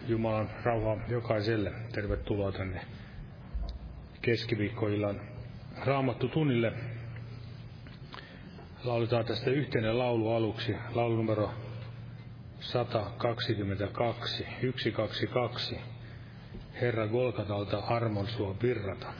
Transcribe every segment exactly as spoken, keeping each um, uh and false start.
Jumalan rauhaa jokaiselle. Tervetuloa tänne keskiviikkoillan Raamattu tunnille. Lauletaan tästä yhteinen laulu aluksi. Laulu numero sata kaksikymmentäkaksi. yksi kaksi kaksi. Herra Golgatalta armon suo virrata.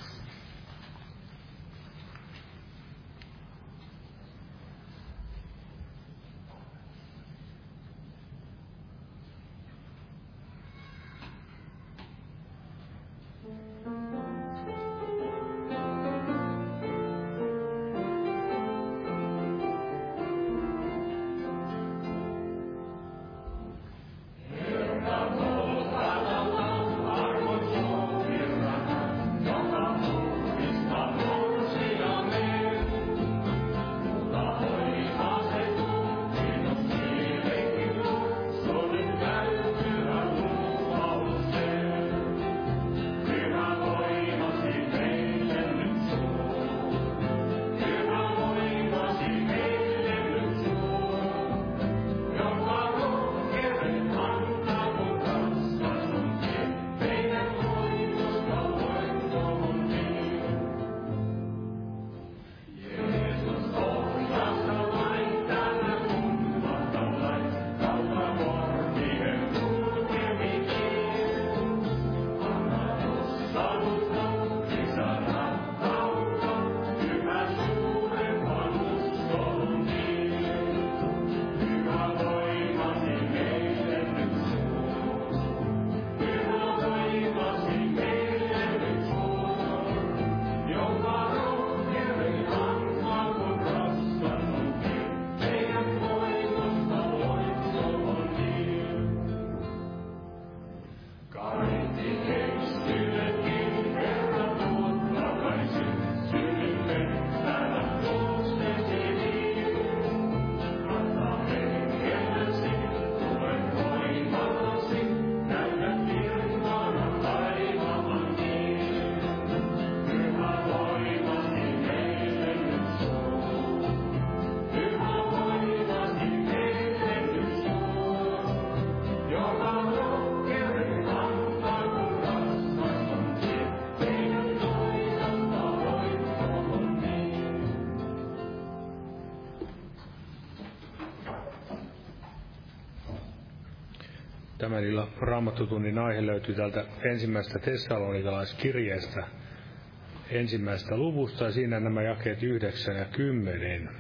Tämän illan Raamattutunnin aihe löytyy täältä ensimmäisestä tessalonikalaiskirjeestä, ensimmäisestä luvusta, ja siinä nämä jakeet yhdeksän ja kymmenen.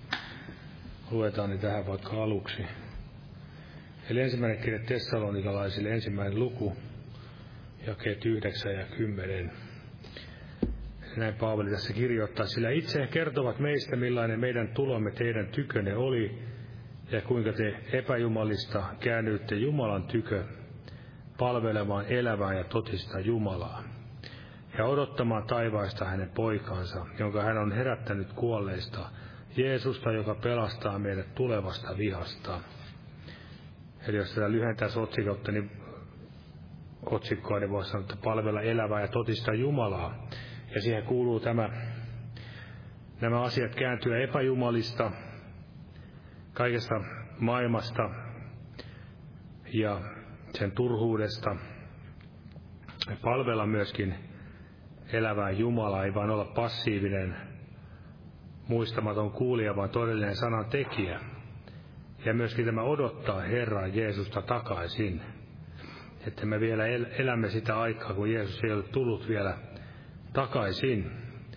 Luetaan ne tähän vaikka aluksi. Eli ensimmäinen kirje tessalonikalaisille, ensimmäinen luku, jakeet yhdeksän ja kymmenen. Näin Paavali tässä kirjoittaa, sillä itse he kertovat meistä, millainen meidän tulomme teidän tykönne oli, ja kuinka te epäjumalista käännyitte Jumalan tykö palvelemaan elävää ja totista Jumalaa ja odottamaan taivaista hänen poikansa, jonka hän on herättänyt kuolleista, Jeesusta, joka pelastaa meidät tulevasta vihasta. Eli jos tätä lyhentäisi otsikotta, niin otsikkoa niin voisi sanoa, että palvella elävää ja totista Jumalaa. Ja siihen kuuluu tämä, nämä asiat kääntyä epäjumalista, kaikesta maailmasta ja sen turhuudesta, palvella myöskin elävää Jumalaa, ei vain olla passiivinen, muistamaton kuulija, vaan todellinen sanan tekijä. Ja myöskin tämä odottaa Herraa Jeesusta takaisin, että me vielä elämme sitä aikaa, kun Jeesus ei ole tullut vielä takaisin.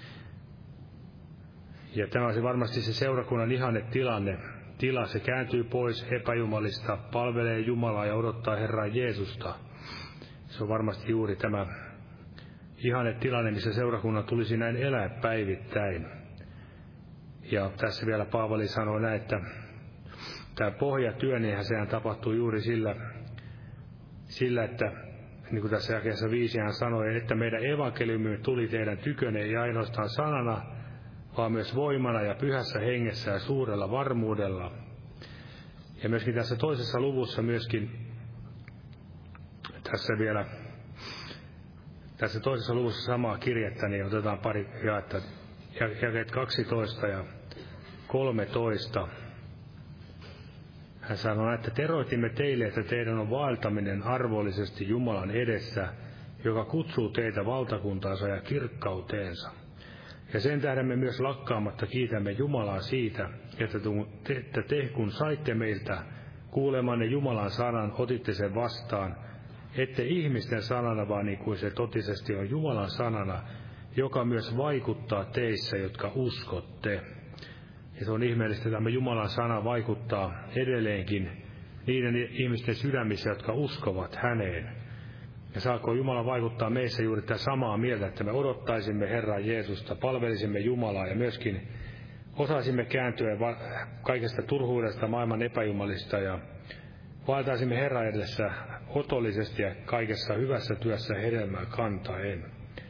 Ja tämä on varmasti se seurakunnan ihanne tilanne. Tila, se kääntyy pois epäjumalista, palvelee Jumalaa ja odottaa Herraa Jeesusta. Se on varmasti juuri tämä ihanne tilanne, missä seurakunnan tulisi näin elää päivittäin. Ja tässä vielä Paavali sanoo näin, että tämä pohjatyö, niin sehän tapahtuu juuri sillä, sillä että niin kuin tässä jakeessa viisi hän sanoi, että meidän evankeliumimme tuli teidän tykönne ei ainoastaan sanana, vaan myös voimana ja pyhässä hengessä ja suurella varmuudella. Ja myöskin tässä toisessa luvussa myöskin, tässä vielä, tässä toisessa luvussa samaa kirjettä, niin otetaan pari jaetta, jakeet kaksitoista ja kolmetoista. Hän sanoi, että teroitimme teille, että teidän on vaeltaminen arvollisesti Jumalan edessä, joka kutsuu teitä valtakuntaansa ja kirkkauteensa. Ja sen tähden me myös lakkaamatta kiitämme Jumalaa siitä, että te, että te kun saitte meiltä kuulemanne Jumalan sanan, otitte sen vastaan, ette ihmisten sanana, vaan niin kuin se totisesti on Jumalan sanana, joka myös vaikuttaa teissä, jotka uskotte. Ja se on ihmeellistä, että tämä Jumalan sana vaikuttaa edelleenkin niiden ihmisten sydämissä, jotka uskovat häneen. Ja saako Jumala vaikuttaa meissä juuri tätä samaa mieltä, että me odottaisimme Herraa Jeesusta, palvelisimme Jumalaa ja myöskin osaisimme kääntyä kaikesta turhuudesta, maailman epäjumalista ja vaeltaisimme Herran edessä otollisesti ja kaikessa hyvässä työssä hedelmää kantaen.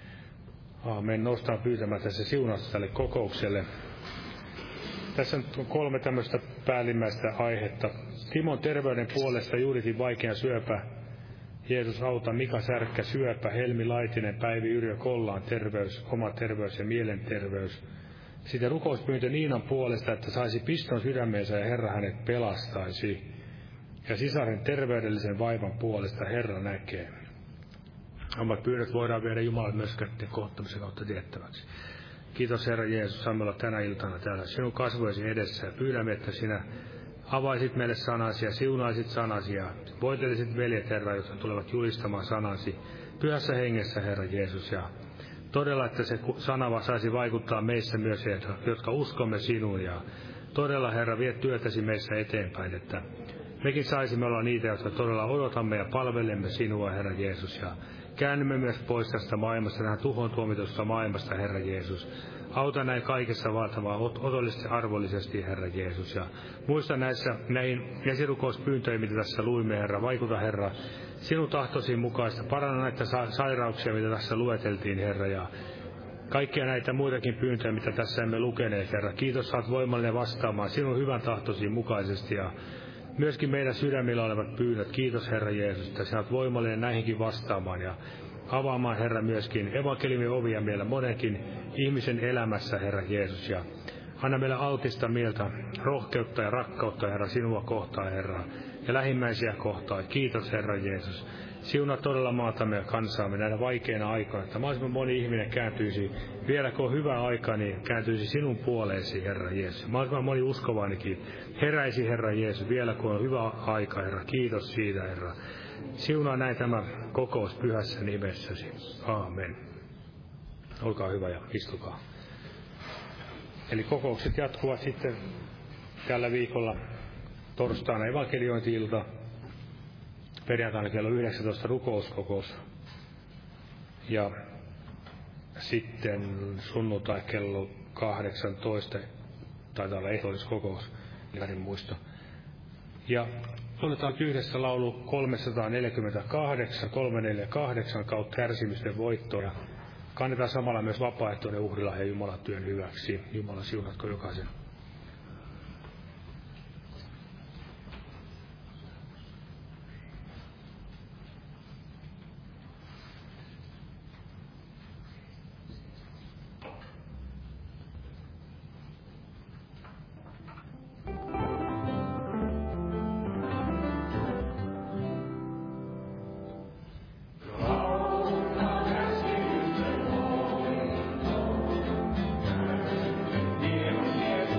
Aamen. Nostaan pyytämään tässä siunasta tälle kokoukselle. Tässä on kolme tämmöistä päällimmäistä aihetta. Timon terveyden puolesta juurikin vaikea syöpä. Jeesus auta, Mika Särkkä syöpä, Helmi Laitinen, Päivi Yrjö Kollaan terveys, oma terveys ja mielenterveys. Sitten rukouspyyntö Niinan puolesta, että saisi piston sydämeensä ja Herra hänet pelastaisi. Ja sisaren terveydellisen vaivan puolesta Herra näkee. Omat pyynnöt voidaan viedä Jumalan myös kätten kohtamisen kautta tiettäväksi. Kiitos Herra Jeesus, saamme olla tänä iltana täällä sinun kasvojesi edessä ja pyydämme, että sinä avaisit meille sanasi ja siunaisit sanasi ja voitelisit veljet, Herra, jotka tulevat julistamaan sanasi pyhässä hengessä, Herra Jeesus. Ja todella, että se sana saisi vaikuttaa meissä myös, jotka uskomme sinuun. Ja todella, Herra, vie työtäsi meissä eteenpäin, että mekin saisimme olla niitä, jotka todella odotamme ja palvelemme sinua, Herra Jeesus. Ja käännymme myös pois tästä maailmasta, tähän tuhon tuomitusta maailmasta, Herra Jeesus. Auta näin kaikessa vaatavaa otollisesti arvollisesti, Herra Jeesus. Ja muista näissä näihin esirukouspyyntöihin, mitä tässä luimme, Herra. Vaikuta, Herra, sinun tahtosi mukaista. Paranna näitä sa- sairauksia, mitä tässä lueteltiin, Herra. Ja kaikkia näitä muitakin pyyntöjä, mitä tässä emme lukeneet, Herra. Kiitos, saat voimallinen vastaamaan sinun hyvän tahtosi mukaisesti. Ja myöskin meidän sydämillä olevat pyynnöt. Kiitos, Herra Jeesus, että sinä olet voimallinen näihinkin vastaamaan. Ja avaamaan, Herra, myöskin evankeliumin ovia meillä monenkin ihmisen elämässä, Herra Jeesus. Ja anna meille altista mieltä, rohkeutta ja rakkautta, Herra, sinua kohtaan, Herra, ja lähimmäisiä kohtaan. Kiitos, Herra Jeesus. Siunaa todella maatamme ja kansaamme näinä vaikeina aikoina, että mahdollisimman moni ihminen kääntyisi, vielä kun on hyvä aika, niin kääntyisi sinun puoleesi, Herra Jeesus. Mahdollisimman moni uskovaanikin heräisi, Herra Jeesus, vielä kun on hyvä aika, Herra. Kiitos siitä, Herra. Siunaa näin tämä kokous pyhässä nimessäsi. Aamen. Olkaa hyvä ja istukaa. Eli kokoukset jatkuvat sitten tällä viikolla torstaina evankeliointi-ilta, perjantaina kello yhdeksäntoista rukouskokous ja sitten sunnuntai kello kahdeksantoista taitaa olla ehtoolliskokous, en muista. Ja otetaan yhdessä laulu kolmesataaneljäkymmentäkahdeksan, kolmesataaneljäkymmentäkahdeksan kautta kärsimysten voittoa ja kannetaan samalla myös vapaaehtoinen uhrilahja Jumalan työn hyväksi. Jumala siunatko jokaisen. Yeah.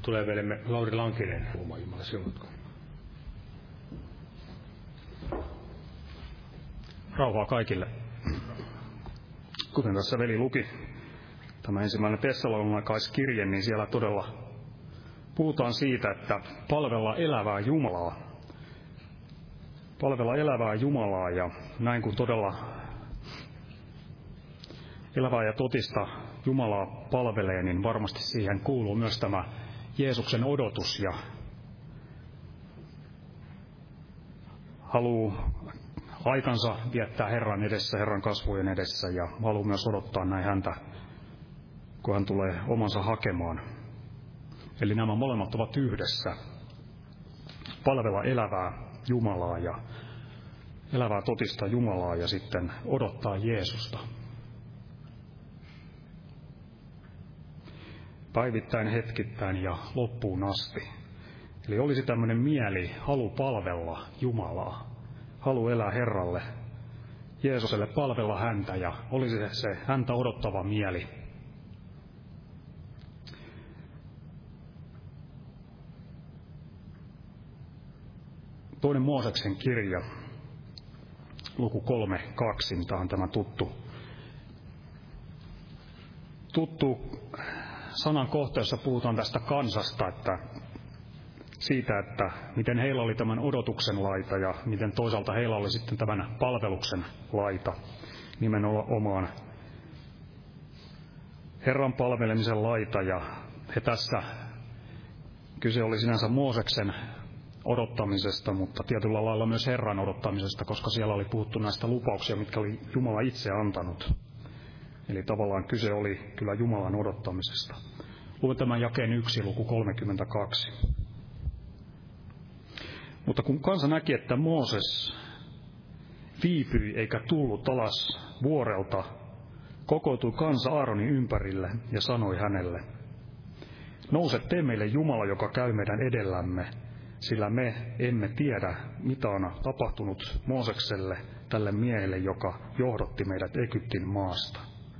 tulee veljemme Lauri Lankinen puhumaan. Jumala siunatko. Rauhaa kaikille. Kuten tässä veli luki, tämä ensimmäinen tessalonikalaiskirje, niin siellä todella puhutaan siitä, että palvella elävää Jumalaa. Palvella elävää Jumalaa ja näin kun todella elävää ja totista Jumalaa palvelee, niin varmasti siihen kuuluu myös tämä Jeesuksen odotus ja haluu aikansa viettää Herran edessä, Herran kasvojen edessä ja haluaa myös odottaa näin häntä, kun hän tulee omansa hakemaan. Eli nämä molemmat ovat yhdessä. Palvella elävää Jumalaa ja elävää totista Jumalaa ja sitten odottaa Jeesusta. Päivittäin, hetkittäin ja loppuun asti. Eli olisi tämmöinen mieli, halu palvella Jumalaa, halu elää Herralle, Jeesuselle palvella häntä ja olisi se häntä odottava mieli. Toinen Mooseksen kirja, luku kolme, kaksi, tämä on tämä tuttu, tuttu sanan kohta, jossa puhutaan tästä kansasta, että siitä, että miten heillä oli tämän odotuksen laita ja miten toisaalta heillä oli sitten tämän palveluksen laita nimenomaan Herran palvelemisen laita. Ja he tässä, kyse oli sinänsä Mooseksen odottamisesta, mutta tietyllä lailla myös Herran odottamisesta, koska siellä oli puhuttu näistä lupauksia, mitkä oli Jumala itse antanut. Eli tavallaan kyse oli kyllä Jumalan odottamisesta. Luen tämän jakeen yksi, luku kolmekymmentäkaksi. Mutta kun kansa näki, että Mooses viipyi eikä tullut alas vuorelta, kokoutui kansa Aaronin ympärille ja sanoi hänelle: nouse, tee meille Jumala, joka käy meidän edellämme, sillä me emme tiedä, mitä on tapahtunut Moosekselle, tälle miehelle, joka johdotti meidät Egyptin maasta.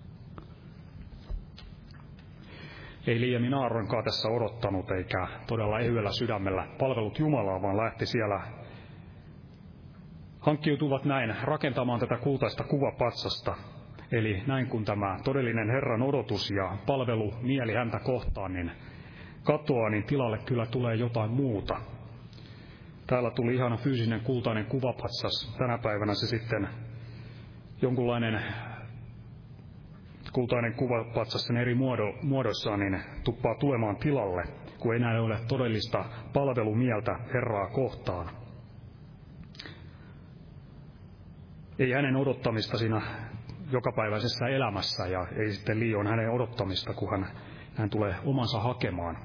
Ei liiemmin Aaronkaan tässä odottanut, eikä todella ehyellä sydämellä palvelut Jumalaa, vaan lähti siellä, hankkiutuvat näin rakentamaan tätä kultaista kuvapatsasta. Eli näin kun tämä todellinen Herran odotus ja palvelu mieli häntä kohtaan, niin katoaa, niin tilalle kyllä tulee jotain muuta. Täällä tuli ihana fyysinen kultainen kuvapatsas. Tänä päivänä se sitten jonkunlainen kultainen kuvapatsas sen eri muodoissaan niin tuppaa tulemaan tilalle, kun ei enää ole todellista palvelumieltä Herraa kohtaan. Ei hänen odottamista siinä jokapäiväisessä elämässä ja ei sitten liioin hänen odottamista, kun hän, hän tulee omansa hakemaan.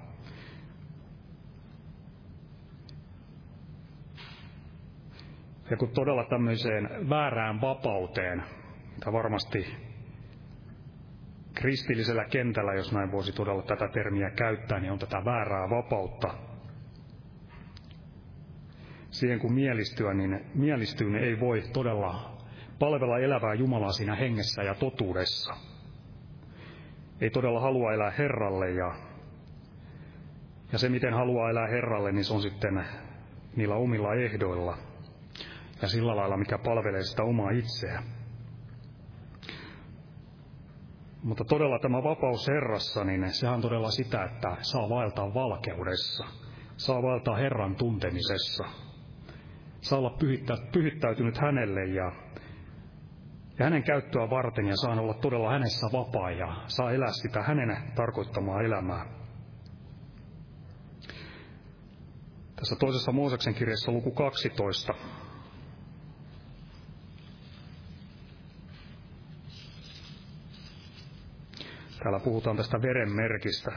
Ja kun todella tämmöiseen väärään vapauteen, mitä varmasti kristillisellä kentällä, jos näin voisi todella tätä termiä käyttää, niin on tätä väärää vapautta. Siihen kun mielistyä, niin mielistyy, niin ei voi todella palvella elävää Jumalaa siinä hengessä ja totuudessa. Ei todella halua elää Herralle ja, ja se miten haluaa elää Herralle, niin se on sitten niillä omilla ehdoilla ja sillä lailla, mikä palvelee sitä omaa itseä. Mutta todella tämä vapaus Herrassa, niin sehän on todella sitä, että saa vaeltaa valkeudessa, saa vaeltaa Herran tuntemisessa, saa olla pyhittäytynyt hänelle ja, ja hänen käyttöä varten ja saa olla todella hänessä vapaa ja saa elää sitä hänen tarkoittamaa elämää. Tässä toisessa Mooseksen kirjassa luku kaksitoista. Täällä puhutaan tästä verenmerkistä.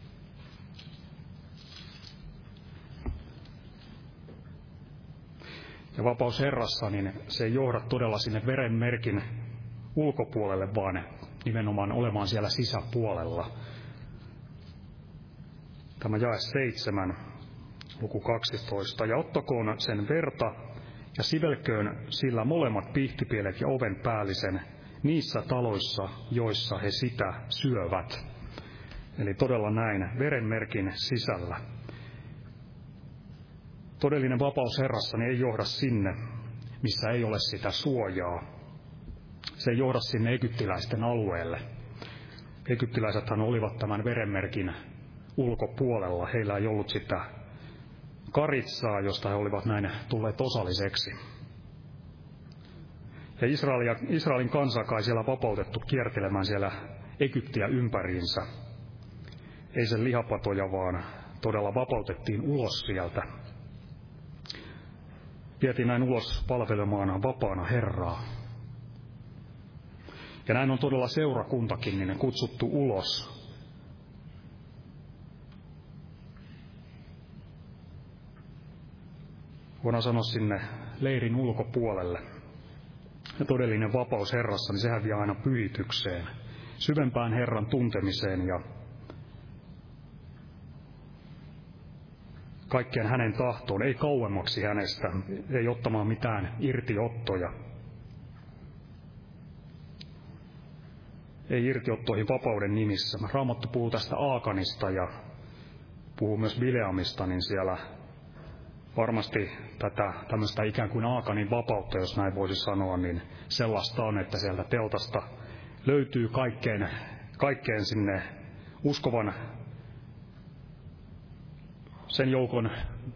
Ja vapaus Herrassa, niin se ei johda todella sinne verenmerkin ulkopuolelle, vaan nimenomaan olemaan siellä sisäpuolella. Tämä jae seitsemän, luku kaksitoista. Ja ottakoon sen verta ja sivelköön sillä molemmat pihtipielet ja oven päällisen niissä taloissa, joissa he sitä syövät. Eli todella näin, verenmerkin sisällä. Todellinen vapaus Herrassani ei johda sinne, missä ei ole sitä suojaa. Se ei johda sinne egyptiläisten alueelle. Egyptiläisethän olivat tämän verenmerkin ulkopuolella. Heillä ei ollut sitä karitsaa, josta he olivat näin tulleet osalliseksi. Ja Israelia, Israelin kansaa kai siellä vapautettu kiertelemään siellä Egyptiä ympäriinsä. Ei sen lihapatoja, vaan todella vapautettiin ulos sieltä. Vietiin näin ulos palvelemaan vapaana Herraa. Ja näin on todella seurakuntakin niin kutsuttu ulos. Voidaan sanoa sinne leirin ulkopuolelle. Ja todellinen vapaus Herrassa, niin sehän vie aina pyhitykseen, syvempään Herran tuntemiseen ja kaikkeen hänen tahtoon, ei kauemmaksi hänestä, ei ottamaan mitään irtiottoja. Ei irtiottoihin vapauden nimissä. Raamattu puhuu tästä Aakanista ja puhuu myös Bileamista, niin siellä varmasti tätä tämmöistä ikään kuin Aakanin vapautta, jos näin voisi sanoa, niin sellaista on, että sieltä teltasta löytyy kaikkeen, kaikkeen sinne uskovan sen joukon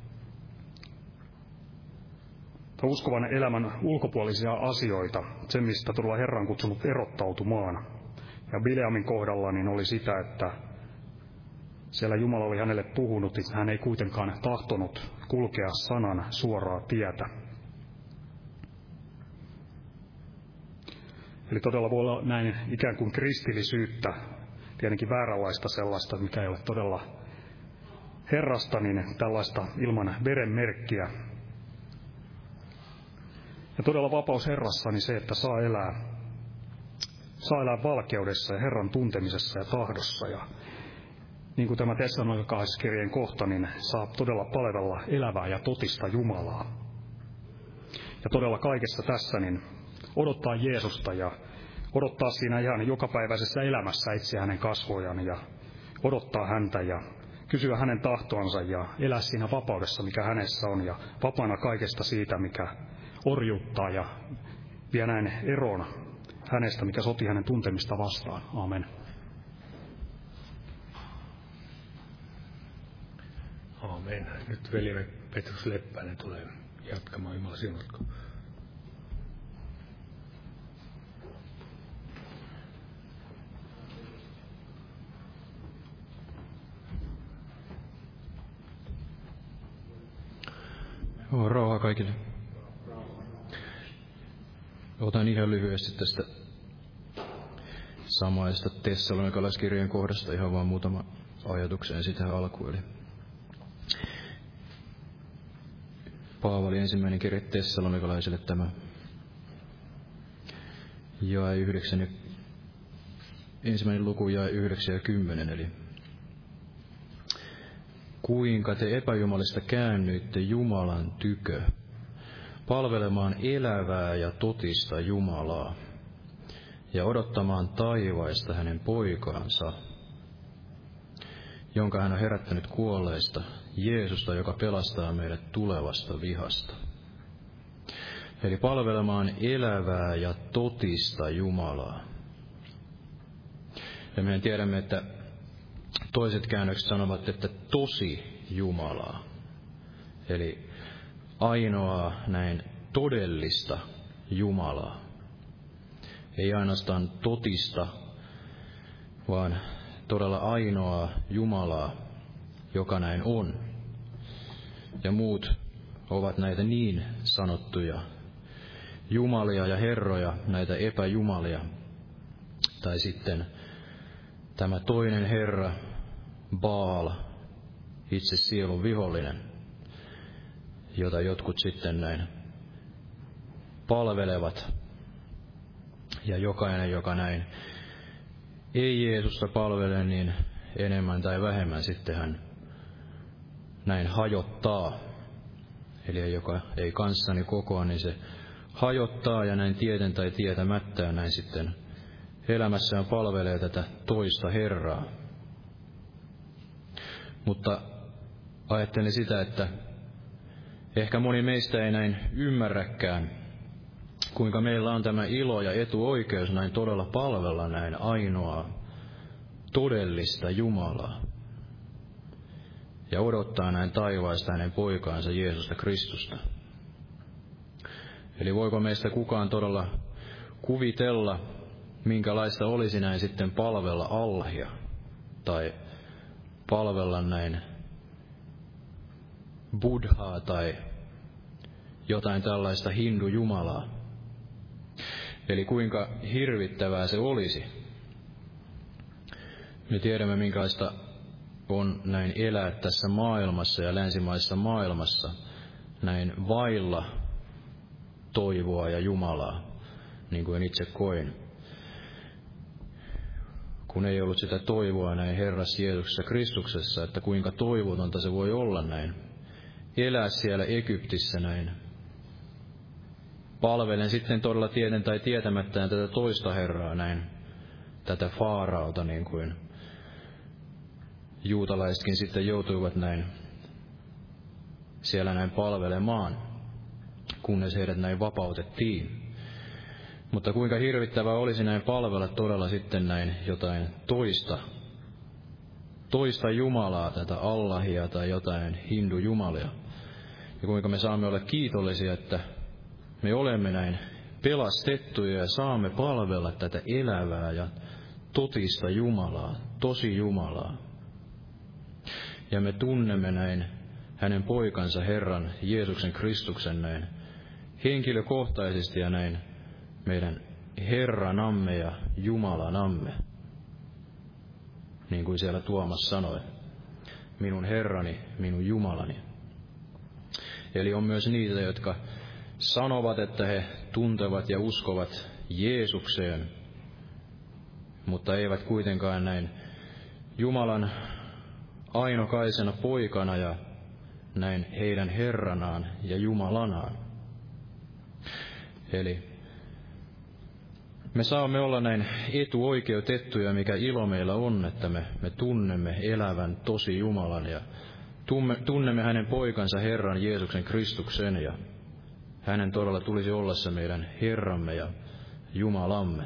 uskovan elämän ulkopuolisia asioita, sen mistä todella Herra on kutsunut erottautumaan. Ja Bileamin kohdalla niin oli sitä, että siellä Jumala oli hänelle puhunut, että hän ei kuitenkaan tahtonut kulkea sanan suoraa tietä. Eli todella voi olla näin ikään kuin kristillisyyttä, tietenkin vääränlaista sellaista, mikä ei ole todella Herrasta, niin tällaista ilman verenmerkkiä. Ja todella vapaus Herrassa, niin se, että saa elää, saa elää valkeudessa ja Herran tuntemisessa ja tahdossa. Ja niin kuin tämä Tessalonikalaiskirjeen kohta, niin saa todella palvella elävää ja totista Jumalaa. Ja todella kaikessa tässä, niin odottaa Jeesusta ja odottaa siinä ihan jokapäiväisessä elämässä itse hänen kasvojaan ja odottaa häntä ja kysyä hänen tahtoansa ja elää siinä vapaudessa, mikä hänessä on, ja vapaana kaikesta siitä, mikä orjuuttaa ja vie näin eroon hänestä, mikä sotii hänen tuntemista vastaan. Amen. Amen. Nyt veljemme Petrus Leppänen tulee jatkamaan. Jumala siunatko. Joo, rauhaa kaikille. Otan ihan lyhyesti tästä samaista Tessalonikalaiskirjeen kohdasta ihan vaan muutama ajatuksen sitä alkuun. Eli Paavali ensimmäinen kirje Tessalonikalaisille tämä jae yhdeksän ja ensimmäinen luku jae yhdeksän ja kymmenen, eli kuinka te epäjumalista käännyitte Jumalan tykö, palvelemaan elävää ja totista Jumalaa, ja odottamaan taivaista hänen poikaansa, jonka hän on herättänyt kuolleista, Jeesusta, joka pelastaa meidät tulevasta vihasta. Eli palvelemaan elävää ja totista Jumalaa. Ja mehän tiedämme, että toiset käännökset sanovat, että tosi Jumalaa. Eli ainoaa näin todellista Jumalaa. Ei ainoastaan totista, vaan todella ainoaa Jumalaa, joka näin on. Ja muut ovat näitä niin sanottuja jumalia ja herroja, näitä epäjumalia. Tai sitten tämä toinen herra, Baal, itse sielun vihollinen, jota jotkut sitten näin palvelevat. Ja jokainen, joka näin ei Jeesusta palvele, niin enemmän tai vähemmän sitten hän näin hajottaa. Eli joka ei kanssani kokoa, niin se hajottaa ja näin tieten tai tietämättä näin sitten elämässään palvelee tätä toista Herraa. Mutta ajattelin sitä, että ehkä moni meistä ei näin ymmärräkään, kuinka meillä on tämä ilo ja etuoikeus näin todella palvella näin ainoaa todellista Jumalaa ja odottaa näin taivaasta hänen poikaansa Jeesusta Kristusta. Eli voiko meistä kukaan todella kuvitella, minkälaista olisi näin sitten palvella Allahia tai palvella näin Buddhaa tai jotain tällaista hindu-jumalaa. Eli kuinka hirvittävää se olisi. Me tiedämme, minkälaista on näin elää tässä maailmassa ja länsimaisessa maailmassa näin vailla toivoa ja Jumalaa, niin kuin itse koin. Kun ei ollut sitä toivoa näin Herrassa Jeesuksessa Kristuksessa, että kuinka toivotonta se voi olla näin. Elää siellä Egyptissä näin. Palvelen sitten todella tieden tai tietämättään tätä toista Herraa näin, tätä Faaraota, niin kuin juutalaisetkin sitten joutuivat näin siellä näin palvelemaan, kunnes heidät näin vapautettiin. Mutta kuinka hirvittävää olisi näin palvella todella sitten näin jotain toista, toista Jumalaa, tätä Allahia tai jotain hindu-jumalia. Ja kuinka me saamme olla kiitollisia, että me olemme näin pelastettuja ja saamme palvella tätä elävää ja totista Jumalaa, tosi Jumalaa. Ja me tunnemme näin hänen poikansa Herran Jeesuksen Kristuksen näin henkilökohtaisesti ja näin meidän Herranamme ja Jumalanamme. Niin kuin siellä Tuomas sanoi, minun Herrani, minun Jumalani. Eli on myös niitä, jotka sanovat, että he tuntevat ja uskovat Jeesukseen, mutta eivät kuitenkaan näin Jumalan ainokaisena poikana ja näin heidän Herranaan ja Jumalanaan. Eli me saamme olla näin etuoikeutettuja, mikä ilo meillä on, että me, me tunnemme elävän tosi Jumalan ja tunnemme hänen poikansa Herran Jeesuksen Kristuksen ja hänen todella tulisi olla se meidän Herramme ja Jumalamme.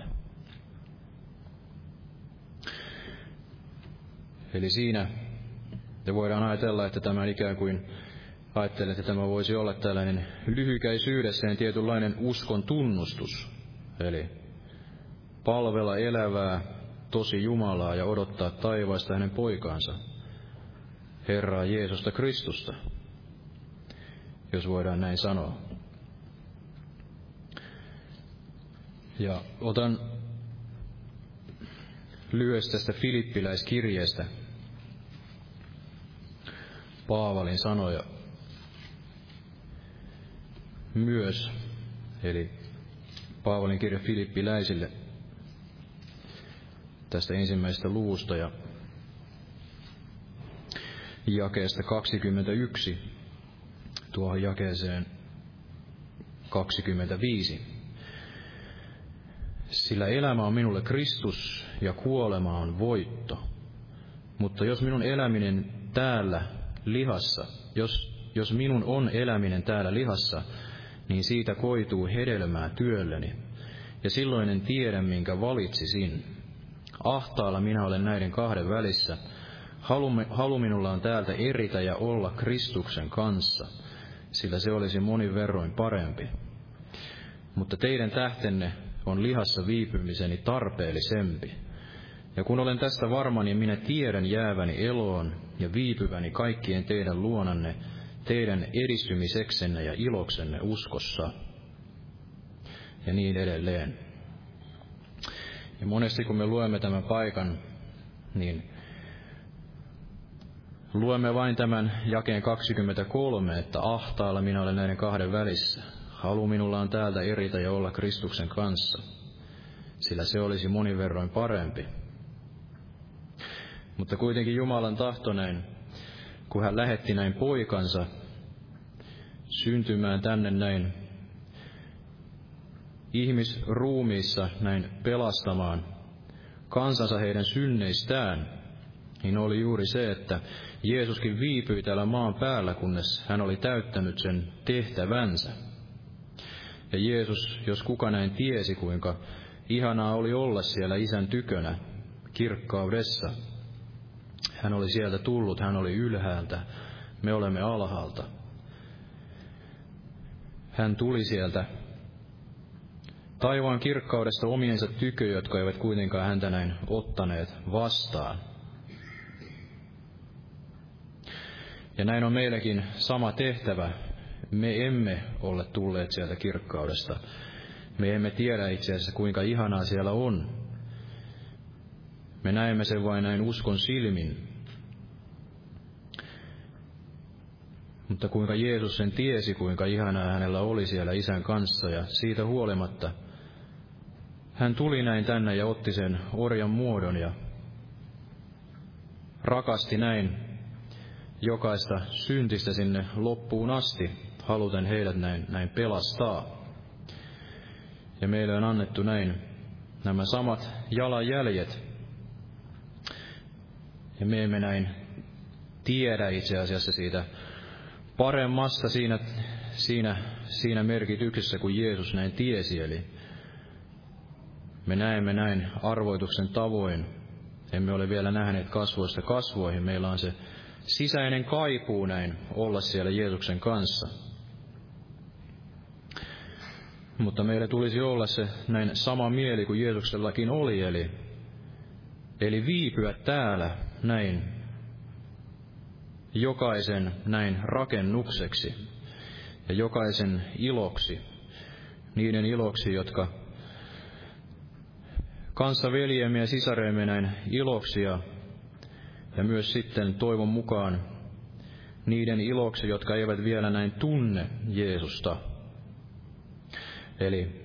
Eli siinä me voidaan ajatella, että tämä ikään kuin ajattelen, että tämä voisi olla tällainen lyhykäisyydessään tietynlainen uskon tunnustus. Eli palvella elävää tosi Jumalaa ja odottaa taivaasta hänen poikaansa, Herraa Jeesusta Kristusta, jos voidaan näin sanoa. Ja otan lyhyesti tästä Filippiläiskirjeestä Paavalin sanoja myös, eli Paavalin kirja Filippiläisille tästä ensimmäisestä luvusta ja jakeesta kaksikymmentäyksi tuohon jakeeseen kaksikymmentäviisi. Sillä elämä on minulle Kristus ja kuolema on voitto. Mutta jos minun eläminen täällä lihassa, jos, jos minun on eläminen täällä lihassa, niin siitä koituu hedelmää työlleni. Ja silloin en tiedä, minkä valitsisin. Ahtaalla minä olen näiden kahden välissä. Halu, halu minulla on täältä eritä ja olla Kristuksen kanssa, sillä se olisi monin verroin parempi. Mutta teidän tähtenne on lihassa viipymiseni tarpeellisempi. Ja kun olen tästä varma, niin minä tiedän jääväni eloon ja viipyväni kaikkien teidän luonanne, teidän edistymiseksenne ja iloksenne uskossa. Ja niin edelleen. Ja monesti kun me luemme tämän paikan, niin luemme vain tämän jakeen kaksikymmentäkolme, että ahtaalla minä olen näiden kahden välissä. Halu minulla on täältä eritä ja olla Kristuksen kanssa, sillä se olisi monin verroin parempi. Mutta kuitenkin Jumalan tahto näin, kun hän lähetti näin poikansa syntymään tänne näin ihmisruumiissa näin pelastamaan kansansa heidän synneistään, niin oli juuri se, että Jeesuskin viipyi täällä maan päällä, kunnes hän oli täyttänyt sen tehtävänsä. Ja Jeesus, jos kuka näin tiesi, kuinka ihanaa oli olla siellä Isän tykönä kirkkaudessa. Hän oli sieltä tullut, hän oli ylhäältä, me olemme alhaalta. Hän tuli sieltä taivaan kirkkaudesta omiensa tykö, jotka eivät kuitenkaan häntä näin ottaneet vastaan. Ja näin on meilläkin sama tehtävä. Me emme ole tulleet sieltä kirkkaudesta. Me emme tiedä itse asiassa, kuinka ihanaa siellä on. Me näemme sen vain näin uskon silmin. Mutta kuinka Jeesus sen tiesi, kuinka ihanaa hänellä oli siellä Isän kanssa, ja siitä huolimatta hän tuli näin tänne ja otti sen orjan muodon ja rakasti näin jokaista syntistä sinne loppuun asti, haluten heidät näin, näin pelastaa. Ja meille on annettu näin nämä samat jalanjäljet. Ja me emme näin tiedä itse asiassa siitä paremmasta siinä, siinä, siinä merkityksessä, kuin Jeesus näin tiesi. Eli me näemme näin arvoituksen tavoin. Emme ole vielä nähneet kasvoista kasvoihin. Meillä on se sisäinen kaipuu näin olla siellä Jeesuksen kanssa. Mutta meillä tulisi olla se näin sama mieli kuin Jeesuksellakin oli, eli, eli viipyä täällä näin jokaisen näin rakennukseksi ja jokaisen iloksi, niiden iloksi, jotka kanssaveljemme ja sisareemme näin iloksi ja, ja myös sitten toivon mukaan niiden iloksi, jotka eivät vielä näin tunne Jeesusta. Eli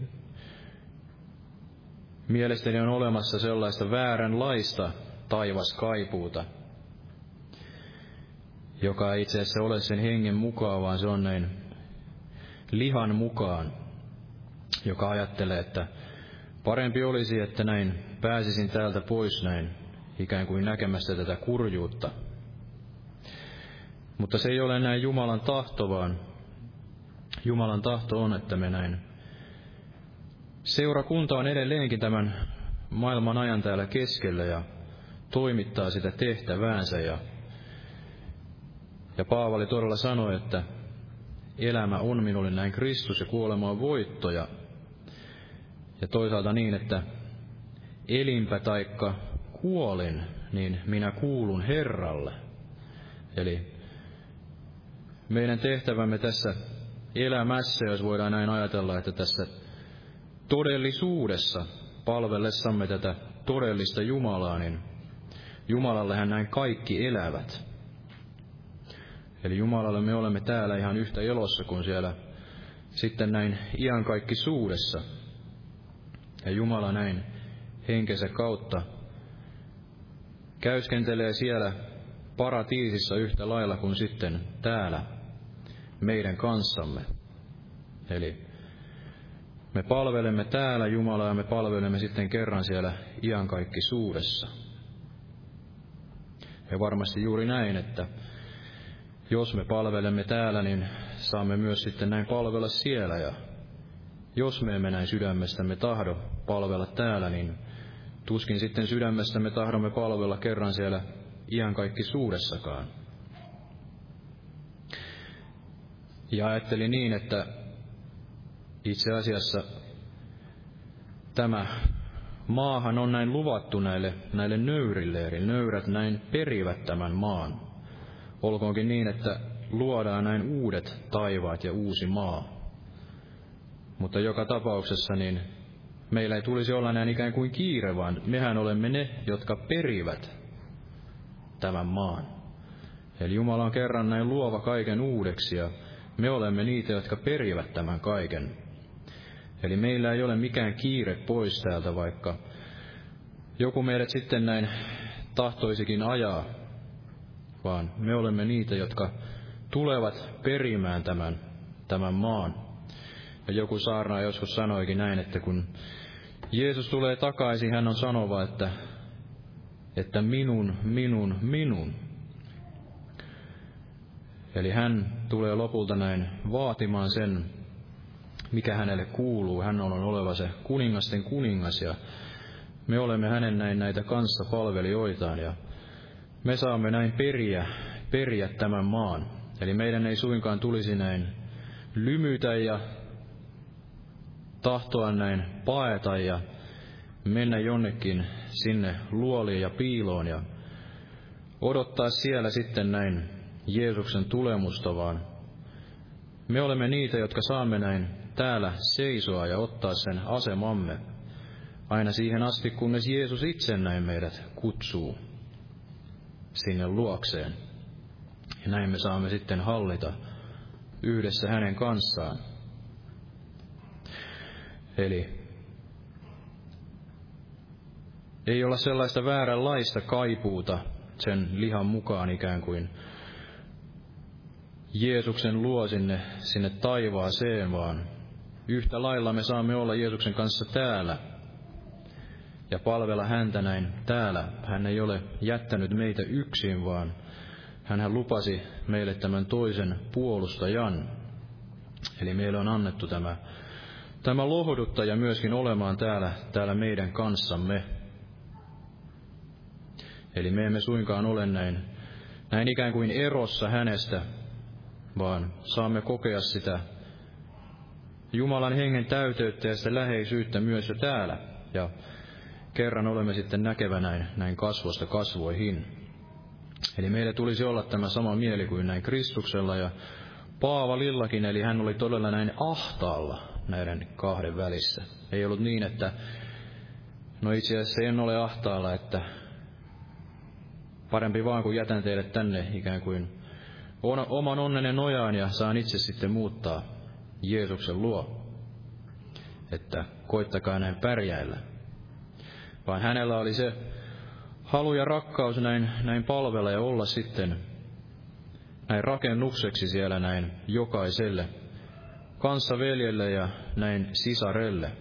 mielestäni on olemassa sellaista vääränlaista taivaskaipuuta, joka ei itse asiassa ole sen hengen mukaan, vaan se on näin lihan mukaan, joka ajattelee, että parempi olisi, että näin pääsisin täältä pois näin, ikään kuin näkemästä tätä kurjuutta. Mutta se ei ole näin Jumalan tahto, vaan Jumalan tahto on, että me näin seurakunta on edelleenkin tämän maailman ajan täällä keskellä ja toimittaa sitä tehtäväänsä. Ja, ja Paavali todella sanoi, että elämä on minulle näin Kristus ja kuolema on voitto. Ja, ja toisaalta niin, että elinpä taikka kuolin, niin minä kuulun Herralle. Eli meidän tehtävämme tässä elämässä, jos voidaan näin ajatella, että tässä todellisuudessa palvellessamme tätä todellista Jumalaa, niin Jumalallehan näin kaikki elävät. Eli Jumalalle me olemme täällä ihan yhtä elossa kuin siellä sitten näin iankaikkisuudessa. Ja Jumala näin henkensä kautta käyskentelee siellä paratiisissa yhtä lailla kuin sitten täällä meidän kanssamme. Eli me palvelemme täällä Jumalaa ja me palvelemme sitten kerran siellä iankaikkisuudessa. Ja varmasti juuri näin, että jos me palvelemme täällä, niin saamme myös sitten näin palvella siellä. Ja jos me emme näin sydämestämme tahdo palvella täällä, niin tuskin sitten sydämestämme tahdomme palvella kerran siellä iankaikkisuudessakaan. Ja ajattelin niin, että itse asiassa tämä maahan on näin luvattu näille, näille nöyrille, eli nöyrät näin perivät tämän maan. Olkoonkin niin, että luodaan näin uudet taivaat ja uusi maa. Mutta joka tapauksessa niin meillä ei tulisi olla näin ikään kuin kiire, vaan mehän olemme ne, jotka perivät tämän maan. Eli Jumala on kerran näin luova kaiken uudeksi ja me olemme niitä, jotka perivät tämän kaiken. Eli meillä ei ole mikään kiire pois täältä, vaikka joku meidät sitten näin tahtoisikin ajaa, vaan me olemme niitä, jotka tulevat perimään tämän, tämän maan. Ja joku saarnaaja joskus sanoikin näin, että kun Jeesus tulee takaisin, hän on sanova, että että minun, minun, minun. Eli hän tulee lopulta näin vaatimaan sen, mikä hänelle kuuluu. Hän on oleva se kuningasten kuningas ja me olemme hänen näin näitä kanssapalvelijoitaan ja me saamme näin periä, periä tämän maan. Eli meidän ei suinkaan tulisi näin lymytä ja tahtoa näin paeta ja mennä jonnekin sinne luoliin ja piiloon ja odottaa siellä sitten näin Jeesuksen tulemusta, vaan me olemme niitä, jotka saamme näin täällä seisoa ja ottaa sen asemamme aina siihen asti, kunnes Jeesus itse näin meidät kutsuu sinne luokseen. Ja näin me saamme sitten hallita yhdessä hänen kanssaan. Eli ei olla sellaista vääränlaista kaipuuta sen lihan mukaan ikään kuin Jeesuksen luo sinne, sinne taivaaseen, vaan yhtä lailla me saamme olla Jeesuksen kanssa täällä ja palvella häntä näin täällä. Hän ei ole jättänyt meitä yksin, vaan hänhän lupasi meille tämän toisen puolustajan. Eli meille on annettu tämä, tämä lohduttaja myöskin olemaan täällä, täällä meidän kanssamme. Eli me emme suinkaan ole näin, näin ikään kuin erossa hänestä, vaan saamme kokea sitä Jumalan hengen täyteyttä ja sitä läheisyyttä myös jo täällä. Ja kerran olemme sitten näkevä näin, näin kasvosta kasvoihin. Eli meillä tulisi olla tämä sama mieli kuin näin Kristuksella ja Paavalillakin, eli hän oli todella näin ahtaalla näiden kahden välissä. Ei ollut niin, että no itse asiassa en ole ahtaalla, että parempi vaan kun jätän teille tänne ikään kuin oman onnenen nojaan ja saan itse sitten muuttaa Jeesuksen luo, että koittakaa näin pärjäillä. Vaan hänellä oli se halu ja rakkaus näin, näin palvella ja olla sitten näin rakennukseksi siellä näin jokaiselle kanssaveljelle ja näin sisarelle.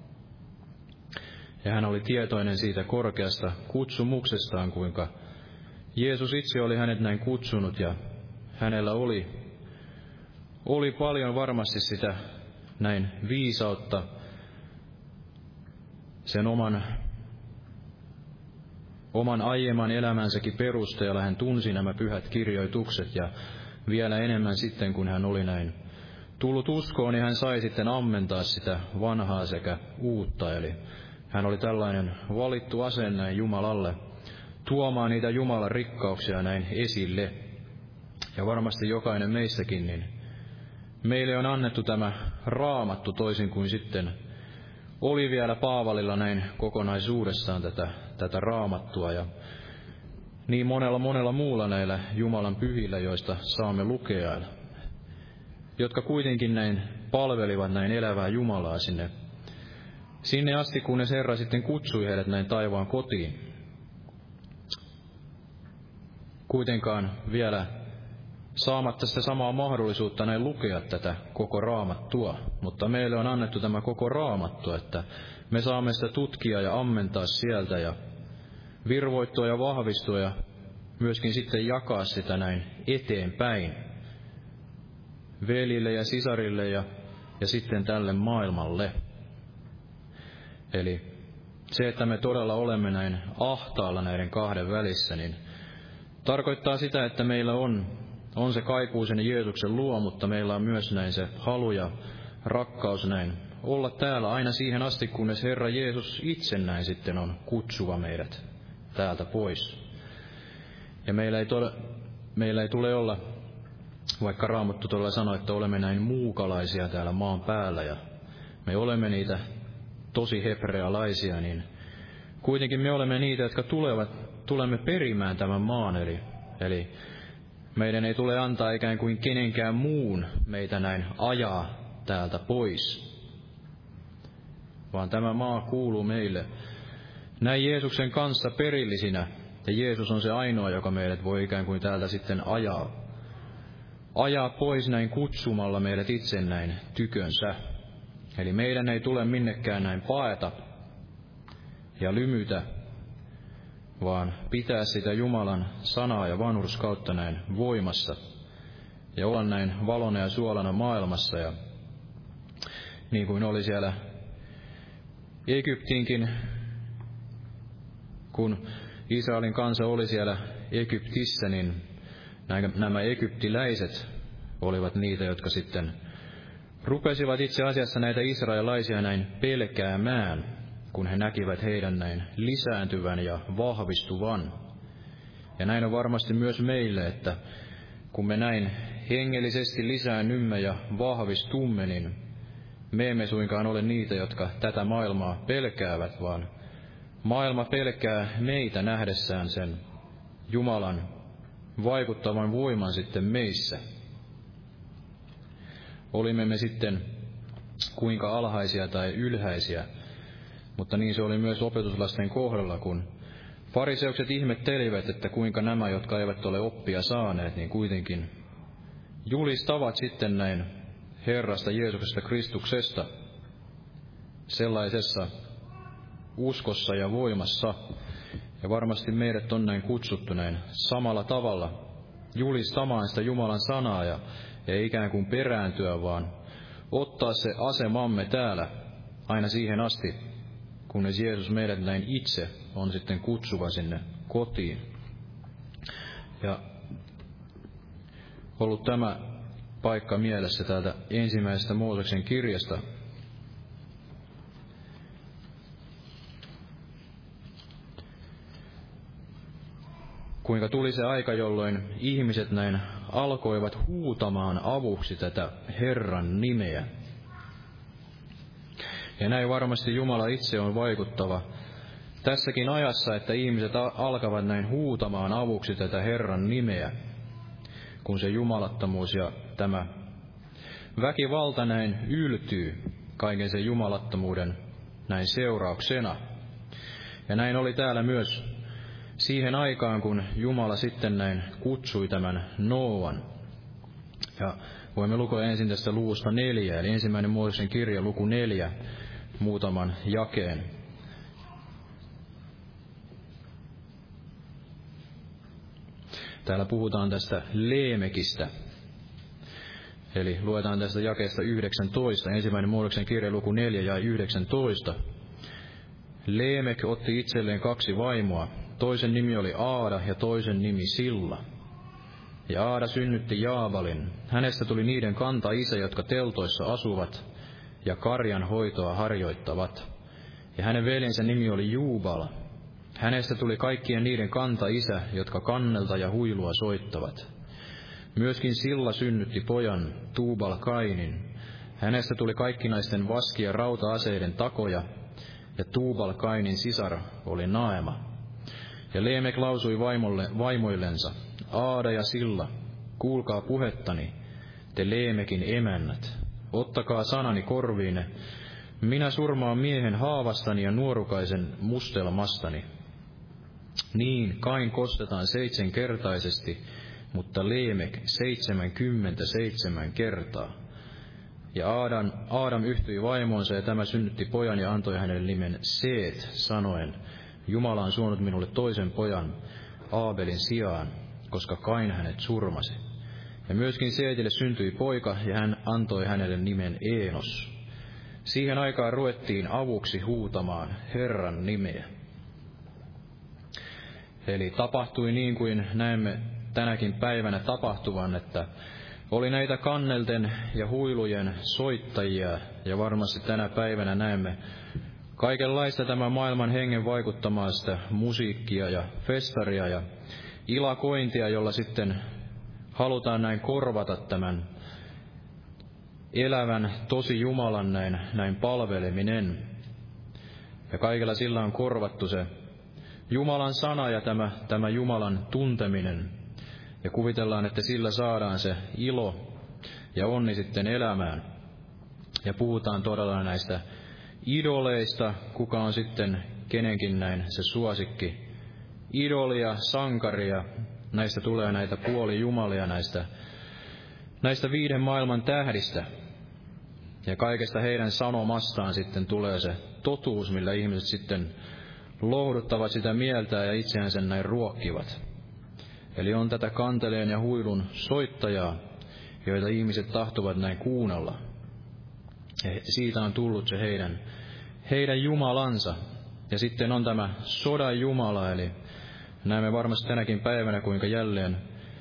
Ja hän oli tietoinen siitä korkeasta kutsumuksestaan, kuinka Jeesus itse oli hänet näin kutsunut ja hänellä oli, oli paljon varmasti sitä näin viisautta sen oman, oman aiemman elämänsäkin perusteella. Hän tunsi nämä pyhät kirjoitukset ja vielä enemmän sitten, kun hän oli näin tullut uskoon, niin hän sai sitten ammentaa sitä vanhaa sekä uutta. Eli hän oli tällainen valittu asenne näin Jumalalle, tuomaan niitä Jumalan rikkauksia näin esille. Ja varmasti jokainen meistäkin, niin meille on annettu tämä Raamattu toisin kuin sitten oli vielä Paavalilla näin kokonaisuudessaan tätä, tätä Raamattua ja niin monella monella muulla näillä Jumalan pyhillä, joista saamme lukea, jotka kuitenkin näin palvelivat näin elävää Jumalaa sinne, sinne asti, kunnes Herra sitten kutsui heidät näin taivaan kotiin. Kuitenkaan vielä saamatta sitä samaa mahdollisuutta näin lukea tätä koko Raamattua, mutta meille on annettu tämä koko Raamattu, että me saamme sitä tutkia ja ammentaa sieltä ja virvoittua ja vahvistua ja myöskin sitten jakaa sitä näin eteenpäin veljille ja sisarille ja, ja sitten tälle maailmalle. Eli se, että me todella olemme näin ahtaalla näiden kahden välissä, niin tarkoittaa sitä, että meillä on, on se kaipuu sen Jeesuksen luo, mutta meillä on myös näin se halu ja rakkaus näin olla täällä aina siihen asti, kunnes Herra Jeesus itse näin sitten on kutsuva meidät täältä pois. Ja meillä ei, tole, meillä ei tule olla, vaikka Raamattu todella sanoo, että olemme näin muukalaisia täällä maan päällä ja me olemme niitä tosi hebrealaisia, niin kuitenkin me olemme niitä, jotka tulevat, tulemme perimään tämän maan, eli, eli meidän ei tule antaa ikään kuin kenenkään muun meitä näin ajaa täältä pois, vaan tämä maa kuuluu meille näin Jeesuksen kanssa perillisinä, ja Jeesus on se ainoa, joka meidät voi ikään kuin täältä sitten ajaa, ajaa pois näin kutsumalla meidät itse näin tykönsä. Eli meidän ei tule minnekään näin paeta ja lymytä. vaan pitää sitä Jumalan sanaa ja vanhurskautta näin voimassa ja olla näin valona ja suolana maailmassa. Ja niin kuin oli siellä Egyptiinkin, kun Israelin kansa oli siellä Egyptissä, niin nämä egyptiläiset olivat niitä, jotka sitten rupesivat itse asiassa näitä israelaisia näin pelkäämään, kun he näkivät heidän näin lisääntyvän ja vahvistuvan. Ja näin on varmasti myös meille, että kun me näin hengellisesti lisäännymme ja vahvistumme, niin me emme suinkaan ole niitä, jotka tätä maailmaa pelkäävät, vaan maailma pelkää meitä nähdessään sen Jumalan vaikuttavan voiman sitten meissä. Olimme me sitten kuinka alhaisia tai ylhäisiä, mutta niin se oli myös opetuslasten kohdalla, kun fariseukset ihmettelivät, että kuinka nämä, jotka eivät ole oppia saaneet, niin kuitenkin julistavat sitten näin Herrasta Jeesuksesta Kristuksesta sellaisessa uskossa ja voimassa. Ja varmasti meidät on näin kutsuttu näin samalla tavalla julistamaan sitä Jumalan sanaa ja, ja ikään kuin perääntyä, vaan ottaa se asemamme täällä aina siihen asti, kunnes Jeesus meidät näin itse on sitten kutsuva sinne kotiin. Ja ollut tämä paikka mielessä täältä ensimmäisestä Mooseksen kirjasta. Kuinka tuli se aika, jolloin ihmiset näin alkoivat huutamaan avuksi tätä Herran nimeä. Ja näin varmasti Jumala itse on vaikuttava tässäkin ajassa, että ihmiset alkavat näin huutamaan avuksi tätä Herran nimeä, kun se jumalattomuus ja tämä väkivalta näin yltyy kaiken sen jumalattomuuden näin seurauksena. Ja näin oli täällä myös siihen aikaan, kun Jumala sitten näin kutsui tämän Nooan. Ja voimme lukea ensin tästä luvusta neljä, eli ensimmäinen Mooseksen kirja, luku neljä, muutaman jakeen. Täällä puhutaan tästä Leemekistä. Eli luetaan tästä jakeesta yhdeksäntoista, ensimmäinen Mooseksen kirja, luku neljä ja yhdeksäntoista. Leemek otti itselleen kaksi vaimoa. Toisen nimi oli Aada ja toisen nimi Silla. Ja Aada synnytti Jaavalin. Hänestä tuli niiden kanta-isä, jotka teltoissa asuvat ja karjan hoitoa harjoittavat. Ja hänen veljensä nimi oli Juubal. Hänestä tuli kaikkien niiden kanta-isä, jotka kannelta ja huilua soittavat. Myöskin Silla synnytti pojan Tuubal Kainin. Hänestä tuli kaikkinaisten vaski- ja rauta-aseiden takoja, ja Tuubal Kainin sisar oli Naema. Ja Leemek lausui vaimolle, vaimoillensa, Aada ja Silla, kuulkaa puhettani, te Leemekin emännät, ottakaa sanani korviinne, minä surmaan miehen haavastani ja nuorukaisen mustelmastani. Niin, Kain kostetaan seitsemänkertaisesti, mutta Leemek seitsemänkymmentä seitsemän kertaa. Ja Aadam, Aadam yhtyi vaimoonsa, ja tämä synnytti pojan ja antoi hänelle nimen Seet, sanoen, Jumala on suonut minulle toisen pojan Aabelin sijaan, koska Kain hänet surmasi. Ja myöskin Seetille syntyi poika, ja hän antoi hänelle nimen Eenos. Siihen aikaan ruvettiin avuksi huutamaan Herran nimeä. Eli tapahtui niin kuin näemme tänäkin päivänä tapahtuvan, että oli näitä kannelten ja huilujen soittajia, ja varmasti tänä päivänä näemme kaikenlaista tämän maailman hengen vaikuttamaa sitä musiikkia ja festaria ja ilakointia, jolla sitten halutaan näin korvata tämän elävän tosi Jumalan näin, näin palveleminen. Ja kaikella sillä on korvattu se Jumalan sana ja tämä, tämä Jumalan tunteminen. Ja kuvitellaan, että sillä saadaan se ilo ja onni sitten elämään. Ja puhutaan todella näistä idoleista, kuka on sitten kenenkin näin se suosikki. Idolia, sankaria, näistä tulee näitä puolijumalia näistä, näistä viiden maailman tähdistä. Ja kaikesta heidän sanomastaan sitten tulee se totuus, millä ihmiset sitten lohduttavat sitä mieltä ja itseään sen näin ruokkivat. Eli on tätä kanteleen ja huilun soittajaa, joita ihmiset tahtovat näin kuunnella. Ja siitä on tullut se heidän, heidän jumalansa. Ja sitten on tämä sodan jumala, eli näemme varmasti tänäkin päivänä, kuinka jälleen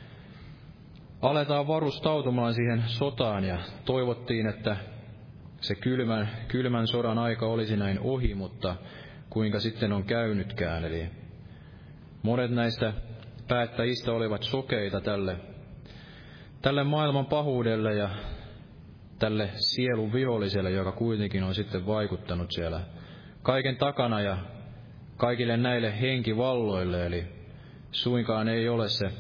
aletaan varustautumaan siihen sotaan, ja toivottiin, että se kylmän, kylmän sodan aika olisi näin ohi, mutta kuinka sitten on käynytkään. Eli monet näistä päättäjistä olivat sokeita tälle, tälle maailman pahuudelle ja tälle sielun viholliselle, joka kuitenkin on sitten vaikuttanut siellä kaiken takana ja kaikille näille henkivalloille. Eli suinkaan ei ole se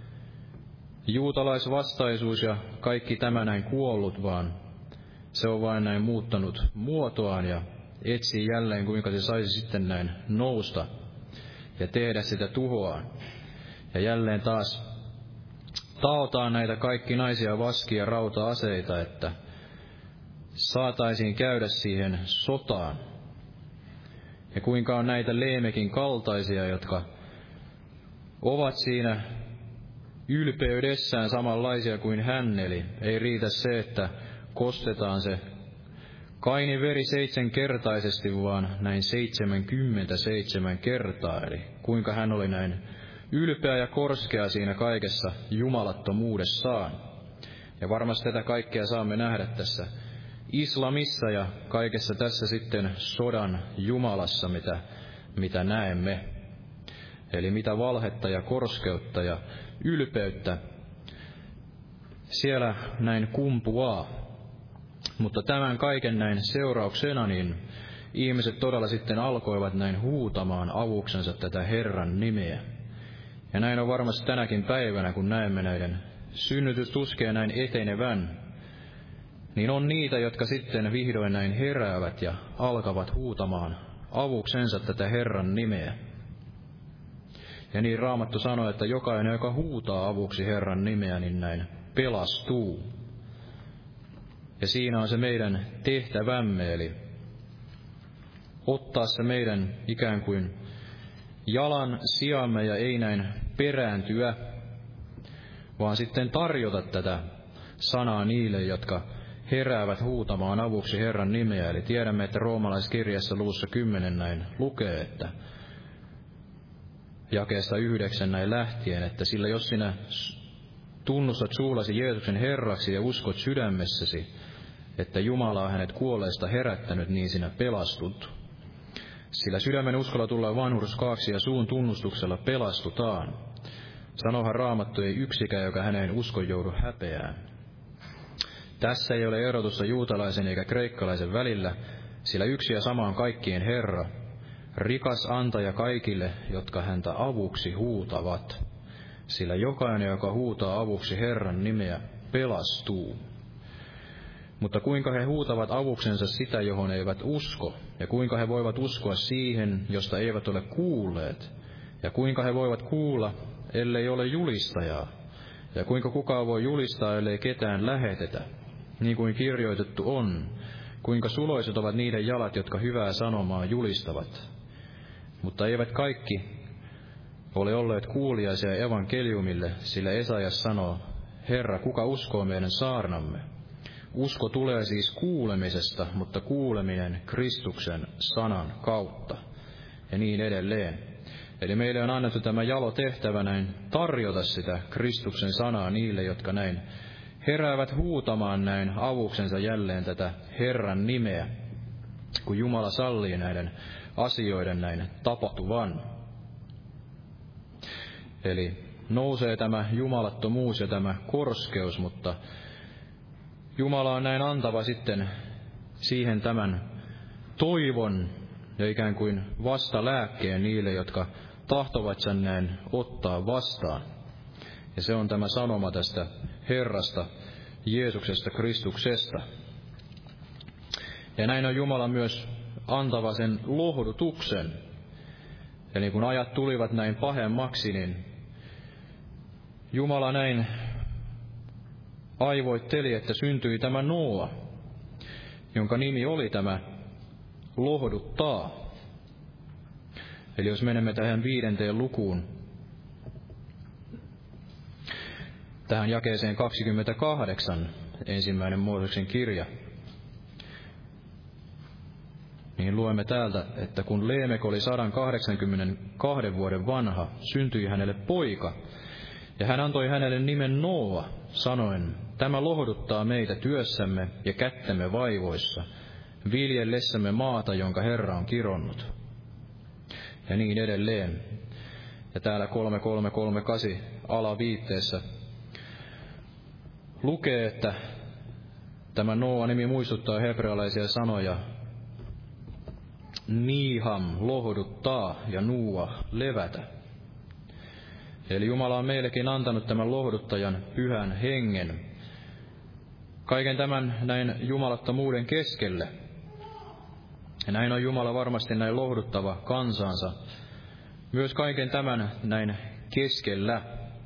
juutalaisvastaisuus ja kaikki tämä näin kuollut, vaan se on vain näin muuttanut muotoaan ja etsii jälleen, kuinka se saisi sitten näin nousta ja tehdä sitä tuhoaan. Ja jälleen taas taotaan näitä kaikki naisia vaskia rauta-aseita, että saataisiin käydä siihen sotaan. Ja kuinka on näitä Leemekin kaltaisia, jotka ovat siinä ylpeydessään samanlaisia kuin hän, eli ei riitä se, että kostetaan se Kainin veri seitsemänkertaisesti, vaan näin seitsemänkymmentäseitsemän kertaa, eli kuinka hän oli näin ylpeä ja korskea siinä kaikessa jumalattomuudessaan. Ja varmasti tätä kaikkea saamme nähdä tässä islamissa ja kaikessa tässä sitten sodan jumalassa, mitä, mitä näemme. Eli mitä valhetta ja korskeutta ja ylpeyttä siellä näin kumpuaa. Mutta tämän kaiken näin seurauksena niin ihmiset todella sitten alkoivat näin huutamaan avuksensa tätä Herran nimeä. Ja näin on varmasti tänäkin päivänä, kun näemme näiden synnytystuskeen näin etenevän, niin on niitä, jotka sitten vihdoin näin heräävät ja alkavat huutamaan avuksensa tätä Herran nimeä. Ja niin Raamattu sanoo, että jokainen, joka huutaa avuksi Herran nimeä, niin näin pelastuu. Ja siinä on se meidän tehtävämme, eli ottaa se meidän ikään kuin jalan sijamme ja ei näin perääntyä, vaan sitten tarjota tätä sanaa niille, jotka heräävät huutamaan avuksi Herran nimeä. Eli tiedämme, että roomalaiskirjassa luvussa kymmenen näin lukee, että jakeesta yhdeksän näin lähtien, että sillä jos sinä tunnustat suullasi Jeesuksen Herraksi ja uskot sydämessäsi, että Jumala on hänet kuolleista herättänyt, niin sinä pelastut. Sillä sydämen uskolla tullaan vanhurskaaksi ja suun tunnustuksella pelastutaan. Sanohan Raamattu, ei yksikään, joka häneen uskon joudu häpeään. Tässä ei ole erotusta juutalaisen eikä kreikkalaisen välillä, sillä yksi ja sama on kaikkien Herra, rikas antaja kaikille, jotka häntä avuksi huutavat. Sillä jokainen, joka huutaa avuksi Herran nimeä, pelastuu. Mutta kuinka he huutavat avuksensa sitä, johon eivät usko, ja kuinka he voivat uskoa siihen, josta eivät ole kuulleet, ja kuinka he voivat kuulla, ellei ole julistajaa, ja kuinka kukaan voi julistaa, ellei ketään lähetetä, niin kuin kirjoitettu on, kuinka suloiset ovat niiden jalat, jotka hyvää sanomaa julistavat. Mutta eivät kaikki ole olleet kuuliaisia evankeliumille, sillä Esajas sanoo, Herra, kuka uskoo meidän saarnamme? Usko tulee siis kuulemisesta, mutta kuuleminen Kristuksen sanan kautta. Ja niin edelleen. Eli meille on annettu tämä jalo tehtävä näin tarjota sitä Kristuksen sanaa niille, jotka näin heräävät huutamaan näin avuksensa jälleen tätä Herran nimeä, kun Jumala sallii näiden asioiden näin tapahtuvan. Eli nousee tämä jumalattomuus ja tämä korskeus, mutta Jumala on näin antava sitten siihen tämän toivon ja ikään kuin vastalääkkeen niille, jotka tahtovat sen näin ottaa vastaan. Ja se on tämä sanoma tästä Herrasta, Jeesuksesta, Kristuksesta. Ja näin on Jumala myös antava sen lohdutuksen. Eli kun ajat tulivat näin pahemmaksi, niin Jumala näin aivoitteli, että syntyi tämä Noa, jonka nimi oli tämä lohduttaa. Eli jos menemme tähän viidenteen lukuun, tähän jakeeseen kaksikymmentäkahdeksan, ensimmäinen Mooseksen kirja, niin luemme täältä, että kun Leemek oli sata kahdeksankymmentäkaksi vuoden vanha, syntyi hänelle poika, ja hän antoi hänelle nimen Nooa, sanoen, tämä lohduttaa meitä työssämme ja kättämme vaivoissa, viljellessämme maata, jonka Herra on kironnut. Ja niin edelleen. Ja täällä kolme kolme kolme kahdeksan alaviitteessä lukee, että tämä Nooa-nimi muistuttaa hebrealaisia sanoja Niiham, lohduttaa, ja Nuua, levätä. Eli Jumala on meillekin antanut tämän lohduttajan pyhän hengen. Kaiken tämän näin jumalattomuuden keskelle. Ja näin on Jumala varmasti näin lohduttava kansansa. Myös kaiken tämän näin keskellä.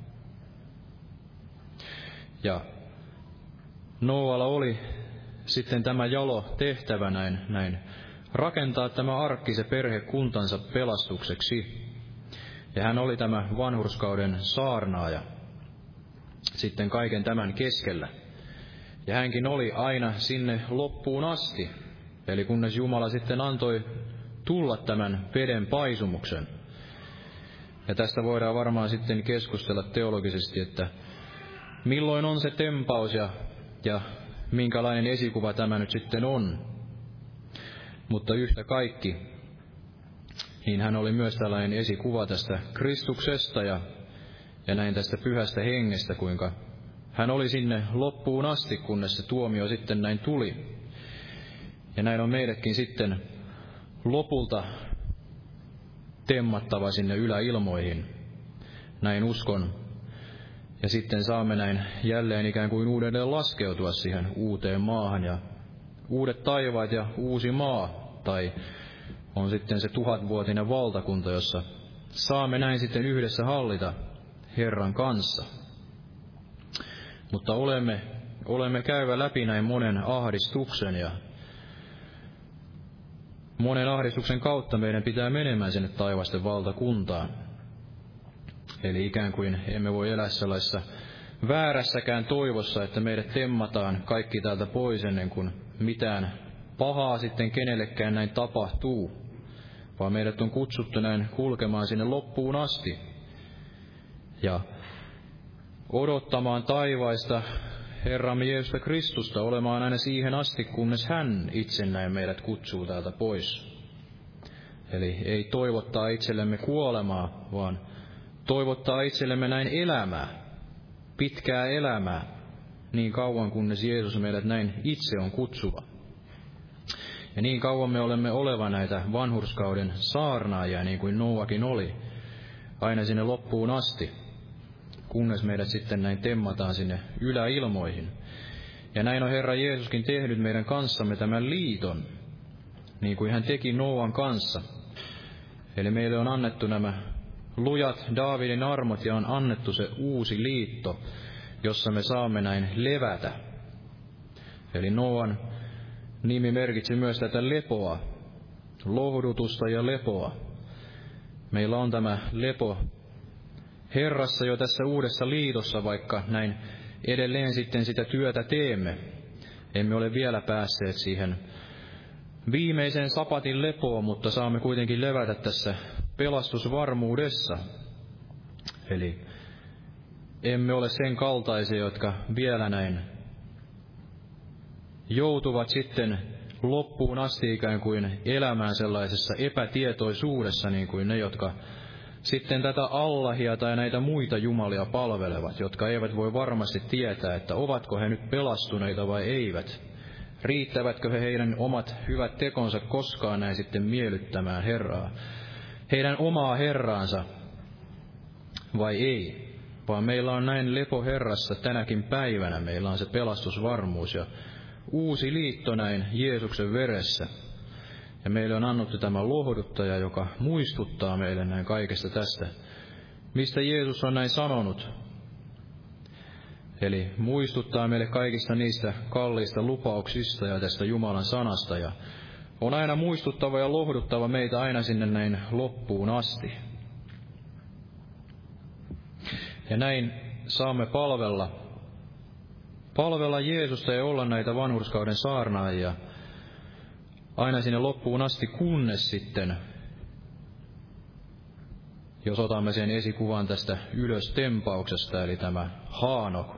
Ja Nooalla oli sitten tämä jalo tehtävä näin, näin rakentaa tämä arkki se perhekuntansa pelastukseksi. Ja hän oli tämä vanhurskauden saarnaaja sitten kaiken tämän keskellä. Ja hänkin oli aina sinne loppuun asti, eli kunnes Jumala sitten antoi tulla tämän veden paisumuksen. Ja tästä voidaan varmaan sitten keskustella teologisesti, että milloin on se tempaus ja, ja minkälainen esikuva tämä nyt sitten on. Mutta yhtä kaikki, niin hän oli myös tällainen esikuva tästä Kristuksesta ja, ja näin tästä pyhästä hengestä, kuinka hän oli sinne loppuun asti, kunnes se tuomio sitten näin tuli. Ja näin on meidätkin sitten lopulta temmattava sinne yläilmoihin. Näin uskon. Ja sitten saamme näin jälleen ikään kuin uudelleen laskeutua siihen uuteen maahan ja uudet taivaat ja uusi maa, tai on sitten se tuhatvuotinen valtakunta, jossa saamme näin sitten yhdessä hallita Herran kanssa. Mutta olemme, olemme käyvä läpi näin monen ahdistuksen, ja monen ahdistuksen kautta meidän pitää menemään sinne taivasten valtakuntaan. Eli ikään kuin emme voi elää sellaisessa väärässäkään toivossa, että meidät temmataan kaikki täältä pois ennen kuin mitään pahaa sitten kenellekään näin tapahtuu, vaan meidät on kutsuttu näin kulkemaan sinne loppuun asti ja odottamaan taivaista Herramme Jeesusta Kristusta, olemaan aina siihen asti, kunnes hän itse näin meidät kutsuu täältä pois. Eli ei toivottaa itsellemme kuolemaa, vaan toivottaa itsellemme näin elämää, pitkää elämää, niin kauan kunnes Jeesus meidät näin itse on kutsuva. Ja niin kauan me olemme oleva näitä vanhurskauden saarnaajia, niin kuin Nooakin oli, aina sinne loppuun asti, kunnes meidät sitten näin temmataan sinne yläilmoihin. Ja näin on Herra Jeesuskin tehnyt meidän kanssamme tämän liiton, niin kuin hän teki Nooan kanssa. Eli meille on annettu nämä lujat Daavidin armot ja on annettu se uusi liitto, jossa me saamme näin levätä. Eli Nooan nimi merkitsi myös tätä lepoa, lohdutusta ja lepoa. Meillä on tämä lepo Herrassa jo tässä uudessa liitossa, vaikka näin edelleen sitten sitä työtä teemme. Emme ole vielä päässeet siihen viimeiseen sapatin lepoon, mutta saamme kuitenkin levätä tässä pelastusvarmuudessa. Eli emme ole sen kaltaisia, jotka vielä näin joutuvat sitten loppuun asti ikään kuin elämään sellaisessa epätietoisuudessa, niin kuin ne, jotka sitten tätä Allahia tai näitä muita jumalia palvelevat, jotka eivät voi varmasti tietää, että ovatko he nyt pelastuneita vai eivät. Riittävätkö he heidän omat hyvät tekonsa koskaan näin sitten miellyttämään Herraa, heidän omaa Herraansa vai ei. Vaan meillä on näin lepo Herrassa tänäkin päivänä, meillä on se pelastusvarmuus ja uusi liitto näin Jeesuksen veressä. Ja meille on annettu tämä lohduttaja, joka muistuttaa meille näin kaikesta tästä, mistä Jeesus on näin sanonut. Eli muistuttaa meille kaikista niistä kalliista lupauksista ja tästä Jumalan sanasta ja on aina muistuttava ja lohduttava meitä aina sinne näin loppuun asti. Ja näin saamme palvella, palvella Jeesusta ja olla näitä vanhurskauden saarnaajia aina sinne loppuun asti, kunnes sitten, jos otamme sen esikuvan tästä ylöstempauksesta, eli tämä Haanok,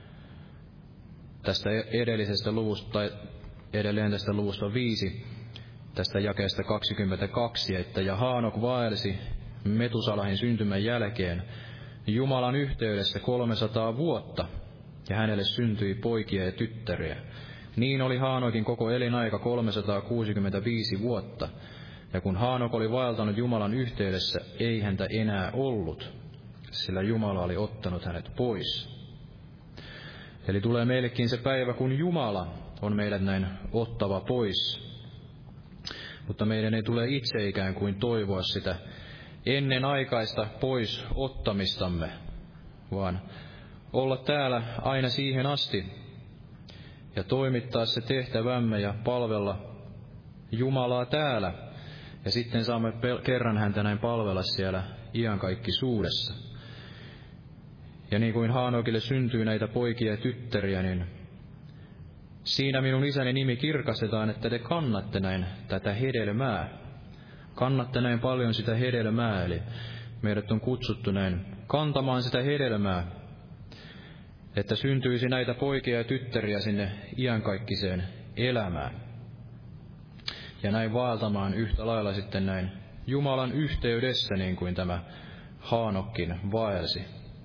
tästä edellisestä luvusta, tai edelleen tästä luvusta viisi, tästä jakeesta kaksikymmentäkaksi, että ja Haanok vaelsi Metusalahin syntymän jälkeen Jumalan yhteydessä kolmesataa vuotta, ja hänelle syntyi poikia ja tyttäriä. Niin oli Haanokin koko elinaika kolmesataakuusikymmentäviisi vuotta, ja kun Haanok oli vaeltanut Jumalan yhteydessä, ei häntä enää ollut, sillä Jumala oli ottanut hänet pois. Eli tulee meillekin se päivä, kun Jumala on meidät näin ottava pois. Mutta meidän ei tule itse ikään kuin toivoa sitä ennenaikaista pois ottamistamme, vaan olla täällä aina siihen asti ja toimittaa se tehtävämme ja palvella Jumalaa täällä. Ja sitten saamme pel- kerran häntä näin palvella siellä iankaikkisuudessa. Ja niin kuin Haanokille syntyy näitä poikia ja tyttäriä, niin siinä minun isäni nimi kirkastetaan, että te kannatte näin tätä hedelmää. Kannatte näin paljon sitä hedelmää, eli meidät on kutsuttu näin kantamaan sitä hedelmää, että syntyisi näitä poikia ja tyttäriä sinne iankaikkiseen elämään. Ja näin vaeltamaan yhtä lailla sitten näin Jumalan yhteydessä, niin kuin tämä Haanokkin vaelsi.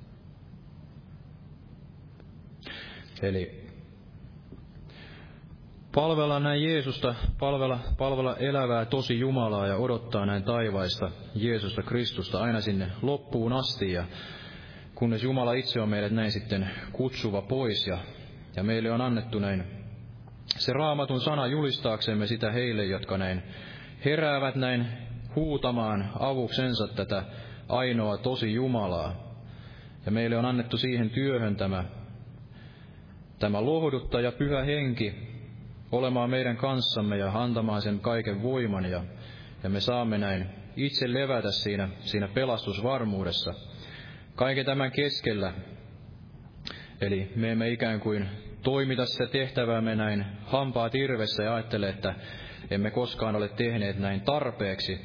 Eli palvella näin Jeesusta, palvella, palvella elävää tosi Jumalaa ja odottaa näin taivaista Jeesusta Kristusta aina sinne loppuun asti, ja kunnes Jumala itse on meidät näin sitten kutsuva pois, ja, ja meille on annettu näin se Raamatun sana julistaaksemme sitä heille, jotka näin heräävät näin huutamaan avuksensa tätä ainoa tosi Jumalaa. Ja meille on annettu siihen työhön tämä, tämä lohduttaja Pyhä Henki olemaan meidän kanssamme ja antamaan sen kaiken voiman, ja, ja me saamme näin itse levätä siinä, siinä pelastusvarmuudessa kaiken tämän keskellä. Eli me emme ikään kuin toimita sitä tehtäväämme näin hampaat irvessä ja ajattele, että emme koskaan ole tehneet näin tarpeeksi,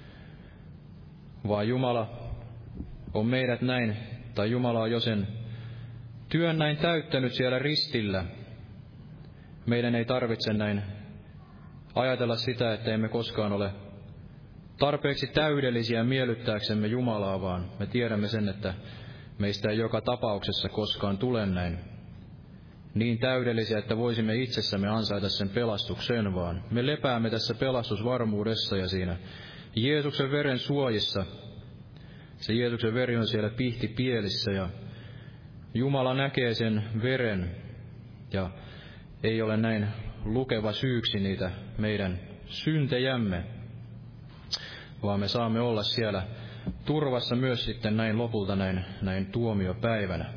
vaan Jumala on meidät näin, tai Jumala on jo sen työn näin täyttänyt siellä ristillä. Meidän ei tarvitse näin ajatella sitä, että emme koskaan ole tarpeeksi täydellisiä miellyttääksemme Jumalaa, vaan me tiedämme sen, että meistä ei joka tapauksessa koskaan tule näin niin täydellisiä, että voisimme itsessämme ansaita sen pelastuksen, vaan me lepäämme tässä pelastusvarmuudessa ja siinä Jeesuksen veren suojissa. Se Jeesuksen veri on siellä pihtipielissä, ja Jumala näkee sen veren ja ei ole näin lukeva syyksi niitä meidän syntejämme, vaan me saamme olla siellä turvassa myös sitten näin lopulta näin, näin tuomiopäivänä.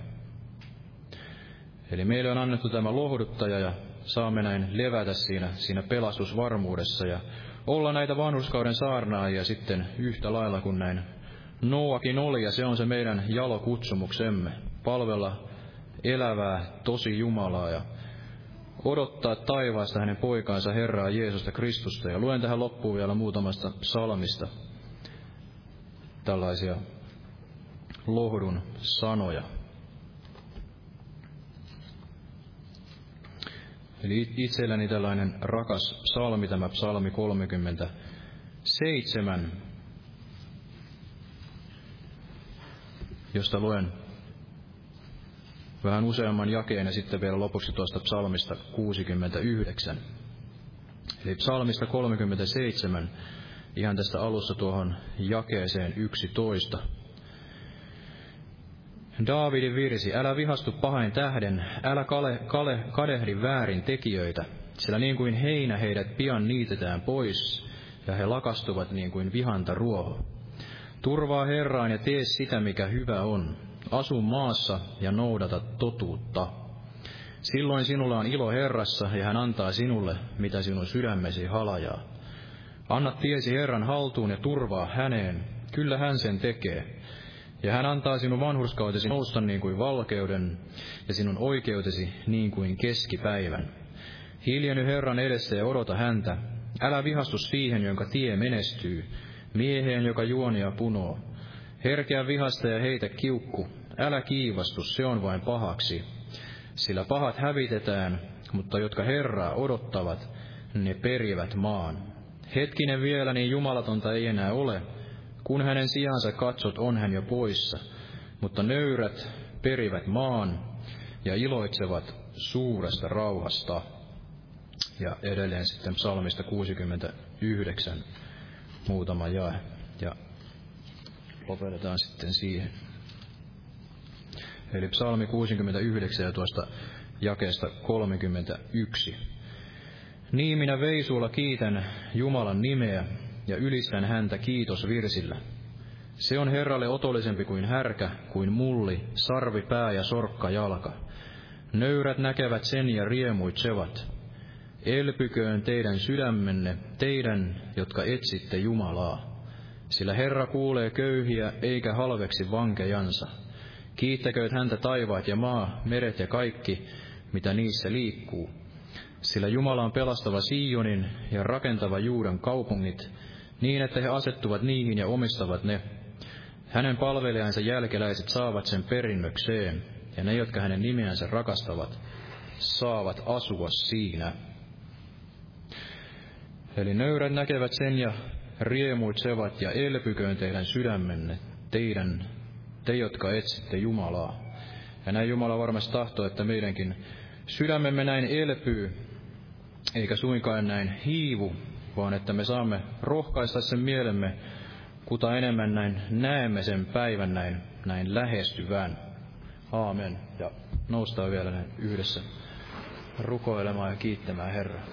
Eli meille on annettu tämä lohduttaja ja saamme näin levätä siinä, siinä pelastusvarmuudessa ja olla näitä vanhurskauden saarnaajia sitten yhtä lailla kuin näin Nooakin oli, ja se on se meidän jalokutsumuksemme, palvella elävää tosi Jumalaa ja odottaa taivaasta hänen poikaansa Herraa Jeesusta Kristusta. Ja luen tähän loppuun vielä muutamasta psalmista tällaisia lohdun sanoja. Eli itselläni tällainen rakas psalmi, tämä psalmi kolmekymmentäseitsemän, josta luen vähän useamman jakeen ja sitten vielä lopuksi tuosta psalmista kuusikymmentäyhdeksän. Eli psalmista kolmekymmentäseitsemän, ihan tästä alussa tuohon jakeeseen yksitoista. Daavidin virsi, älä vihastu pahain tähden, älä kale, kale, kadehdi väärin tekijöitä, sillä niin kuin heinä heidät pian niitetään pois, ja he lakastuvat niin kuin vihanta ruoho. Turvaa Herraan ja tee sitä, mikä hyvä on. Asu maassa ja noudata totuutta. Silloin sinulla on ilo Herrassa, ja hän antaa sinulle, mitä sinun sydämesi halajaa. Anna tiesi Herran haltuun ja turvaa häneen, kyllä hän sen tekee. Ja hän antaa sinun vanhurskautesi nousta niin kuin valkeuden, ja sinun oikeutesi niin kuin keskipäivän. Hiljeny Herran edessä ja odota häntä. Älä vihastu siihen, jonka tie menestyy, mieheen, joka juonia punoo. Herkeä vihasta ja heitä kiukku. Älä kiivastu, se on vain pahaksi. Sillä pahat hävitetään, mutta jotka Herraa odottavat, ne perivät maan. Hetkinen vielä, niin jumalatonta ei enää ole. Kun hänen sijansa katsot, on hän jo poissa. Mutta nöyrät perivät maan ja iloitsevat suuresta rauhasta. Ja edelleen sitten psalmista kuusikymmentäyhdeksän muutama jae. Ja lopetetaan sitten siihen. Eli psalmi kuusikymmentäyhdeksän ja tuosta jakeesta kolmekymmentäyksi. Niin minä veisuulla kiitän Jumalan nimeä ja ylistän häntä kiitosvirsillä. Se on Herralle otollisempi kuin härkä, kuin mulli, sarvi, pää ja sorkka jalka. Nöyrät näkevät sen ja riemuitsevat. Elpyköön teidän sydämenne, teidän, jotka etsitte Jumalaa. Sillä Herra kuulee köyhiä eikä halveksi vankejansa. Kiittäkööt häntä taivaat ja maa, meret ja kaikki, mitä niissä liikkuu. Sillä Jumala on pelastava Sionin ja rakentava Juudan kaupungit, niin että he asettuvat niihin ja omistavat ne. Hänen palvelijansa jälkeläiset saavat sen perinnökseen, ja ne, jotka hänen nimeänsä rakastavat, saavat asua siinä. Eli nöyrät näkevät sen ja riemuitsevat, ja elpyköön teidän sydämenne, teidän, te, jotka etsitte Jumalaa. Ja näin Jumala varmasti tahtoo, että meidänkin sydämemme näin elpyy, eikä suinkaan näin hiivu, vaan että me saamme rohkaista sen mielemme, kuta enemmän näin näemme sen päivän näin, näin lähestyvän. Aamen. Ja noustaan vielä näin yhdessä rukoilemaan ja kiittämään Herraa.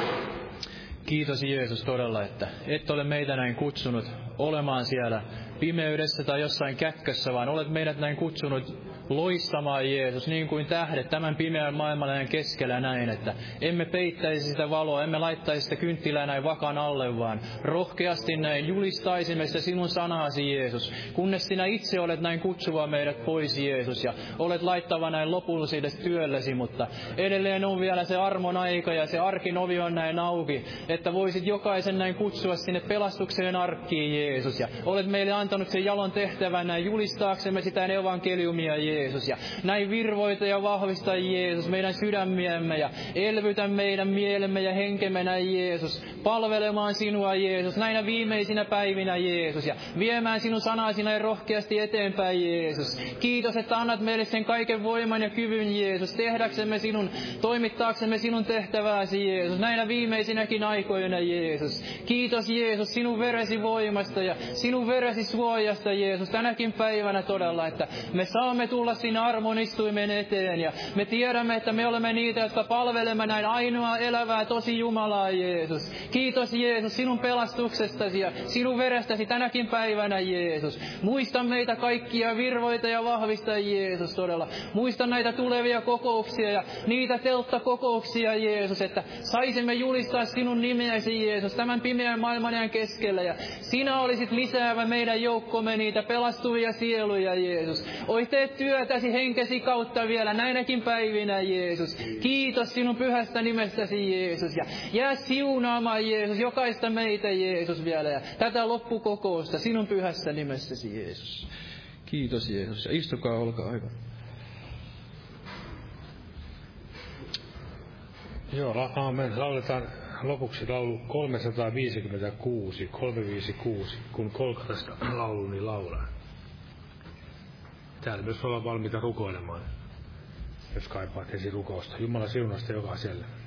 Kiitos Jeesus todella, että et ole meitä näin kutsunut olemaan siellä pimeydessä tai jossain kätkössä, vaan olet meidät näin kutsunut loistamaan, Jeesus, niin kuin tähdet tämän pimeän maailman näin keskellä näin, että emme peittäisi sitä valoa, emme laittaisi sitä kynttilää näin vakan alle, vaan rohkeasti näin julistaisimme sitä sinun sanasi, Jeesus, kunnes sinä itse olet näin kutsuva meidät pois, Jeesus, ja olet laittava näin lopulliselle työllesi, mutta edelleen on vielä se armon aika ja se arkin ovi on näin auki, että voisit jokaisen näin kutsua sinne pelastukseen arkkiin, Jeesus, ja olet meille antanut sen jalon tehtävän näin julistaaksemme sitä evankeliumia, Jeesus. Jeesus, ja näin virvoita ja vahvista, Jeesus, meidän sydämiemme ja elvytä meidän mielemme ja henkemme näin, Jeesus, palvelemaan sinua, Jeesus, näinä viimeisinä päivinä, Jeesus, ja viemään sinun sanasi näin rohkeasti eteenpäin, Jeesus. Kiitos, että annat meille sen kaiken voiman ja kyvyn, Jeesus, tehdäksemme sinun, toimittaaksemme sinun tehtävääsi, Jeesus, näinä viimeisinäkin aikoina, Jeesus. Kiitos, Jeesus, sinun veresi voimasta ja sinun veresi suojasta, Jeesus, tänäkin päivänä todella, että me saamme tulla sinne armon istuimen eteen, ja me tiedämme, että me olemme niitä, jotka palvelemme näin ainoa elävää tosi Jumalaa, Jeesus. Kiitos, Jeesus, sinun pelastuksestasi ja sinun verestäsi tänäkin päivänä, Jeesus. Muista meitä kaikkia virvoita ja vahvista, Jeesus, todella. Muista näitä tulevia kokouksia ja niitä telttakokouksia, Jeesus, että saisimme julistaa sinun nimeäsi, Jeesus, tämän pimeän maailman keskellä, ja sinä olisit lisäävä meidän joukkomme niitä pelastuvia sieluja, Jeesus. Oi, tee työtäsi henkesi kautta vielä näinäkin päivinä, Jeesus. Kiitos sinun pyhästä nimestäsi, Jeesus. Ja jää siunaamaan, Jeesus, jokaista meitä, Jeesus, vielä. Ja tätä loppukokousta sinun pyhästä nimessäsi, Jeesus. Kiitos, Jeesus. Ja istukaa, olkaa hyvä. Joo, aamen. Lauletaan lopuksi laulu kolmesataaviisikymmentäkuusi, kolmesataaviisikymmentäkuusi, kun Kolkatasta lauluni laulan. Täällä myös ollaan valmiita rukoilemaan, jos kaipaat esirukousta. Jumala siunasta jokaiselle.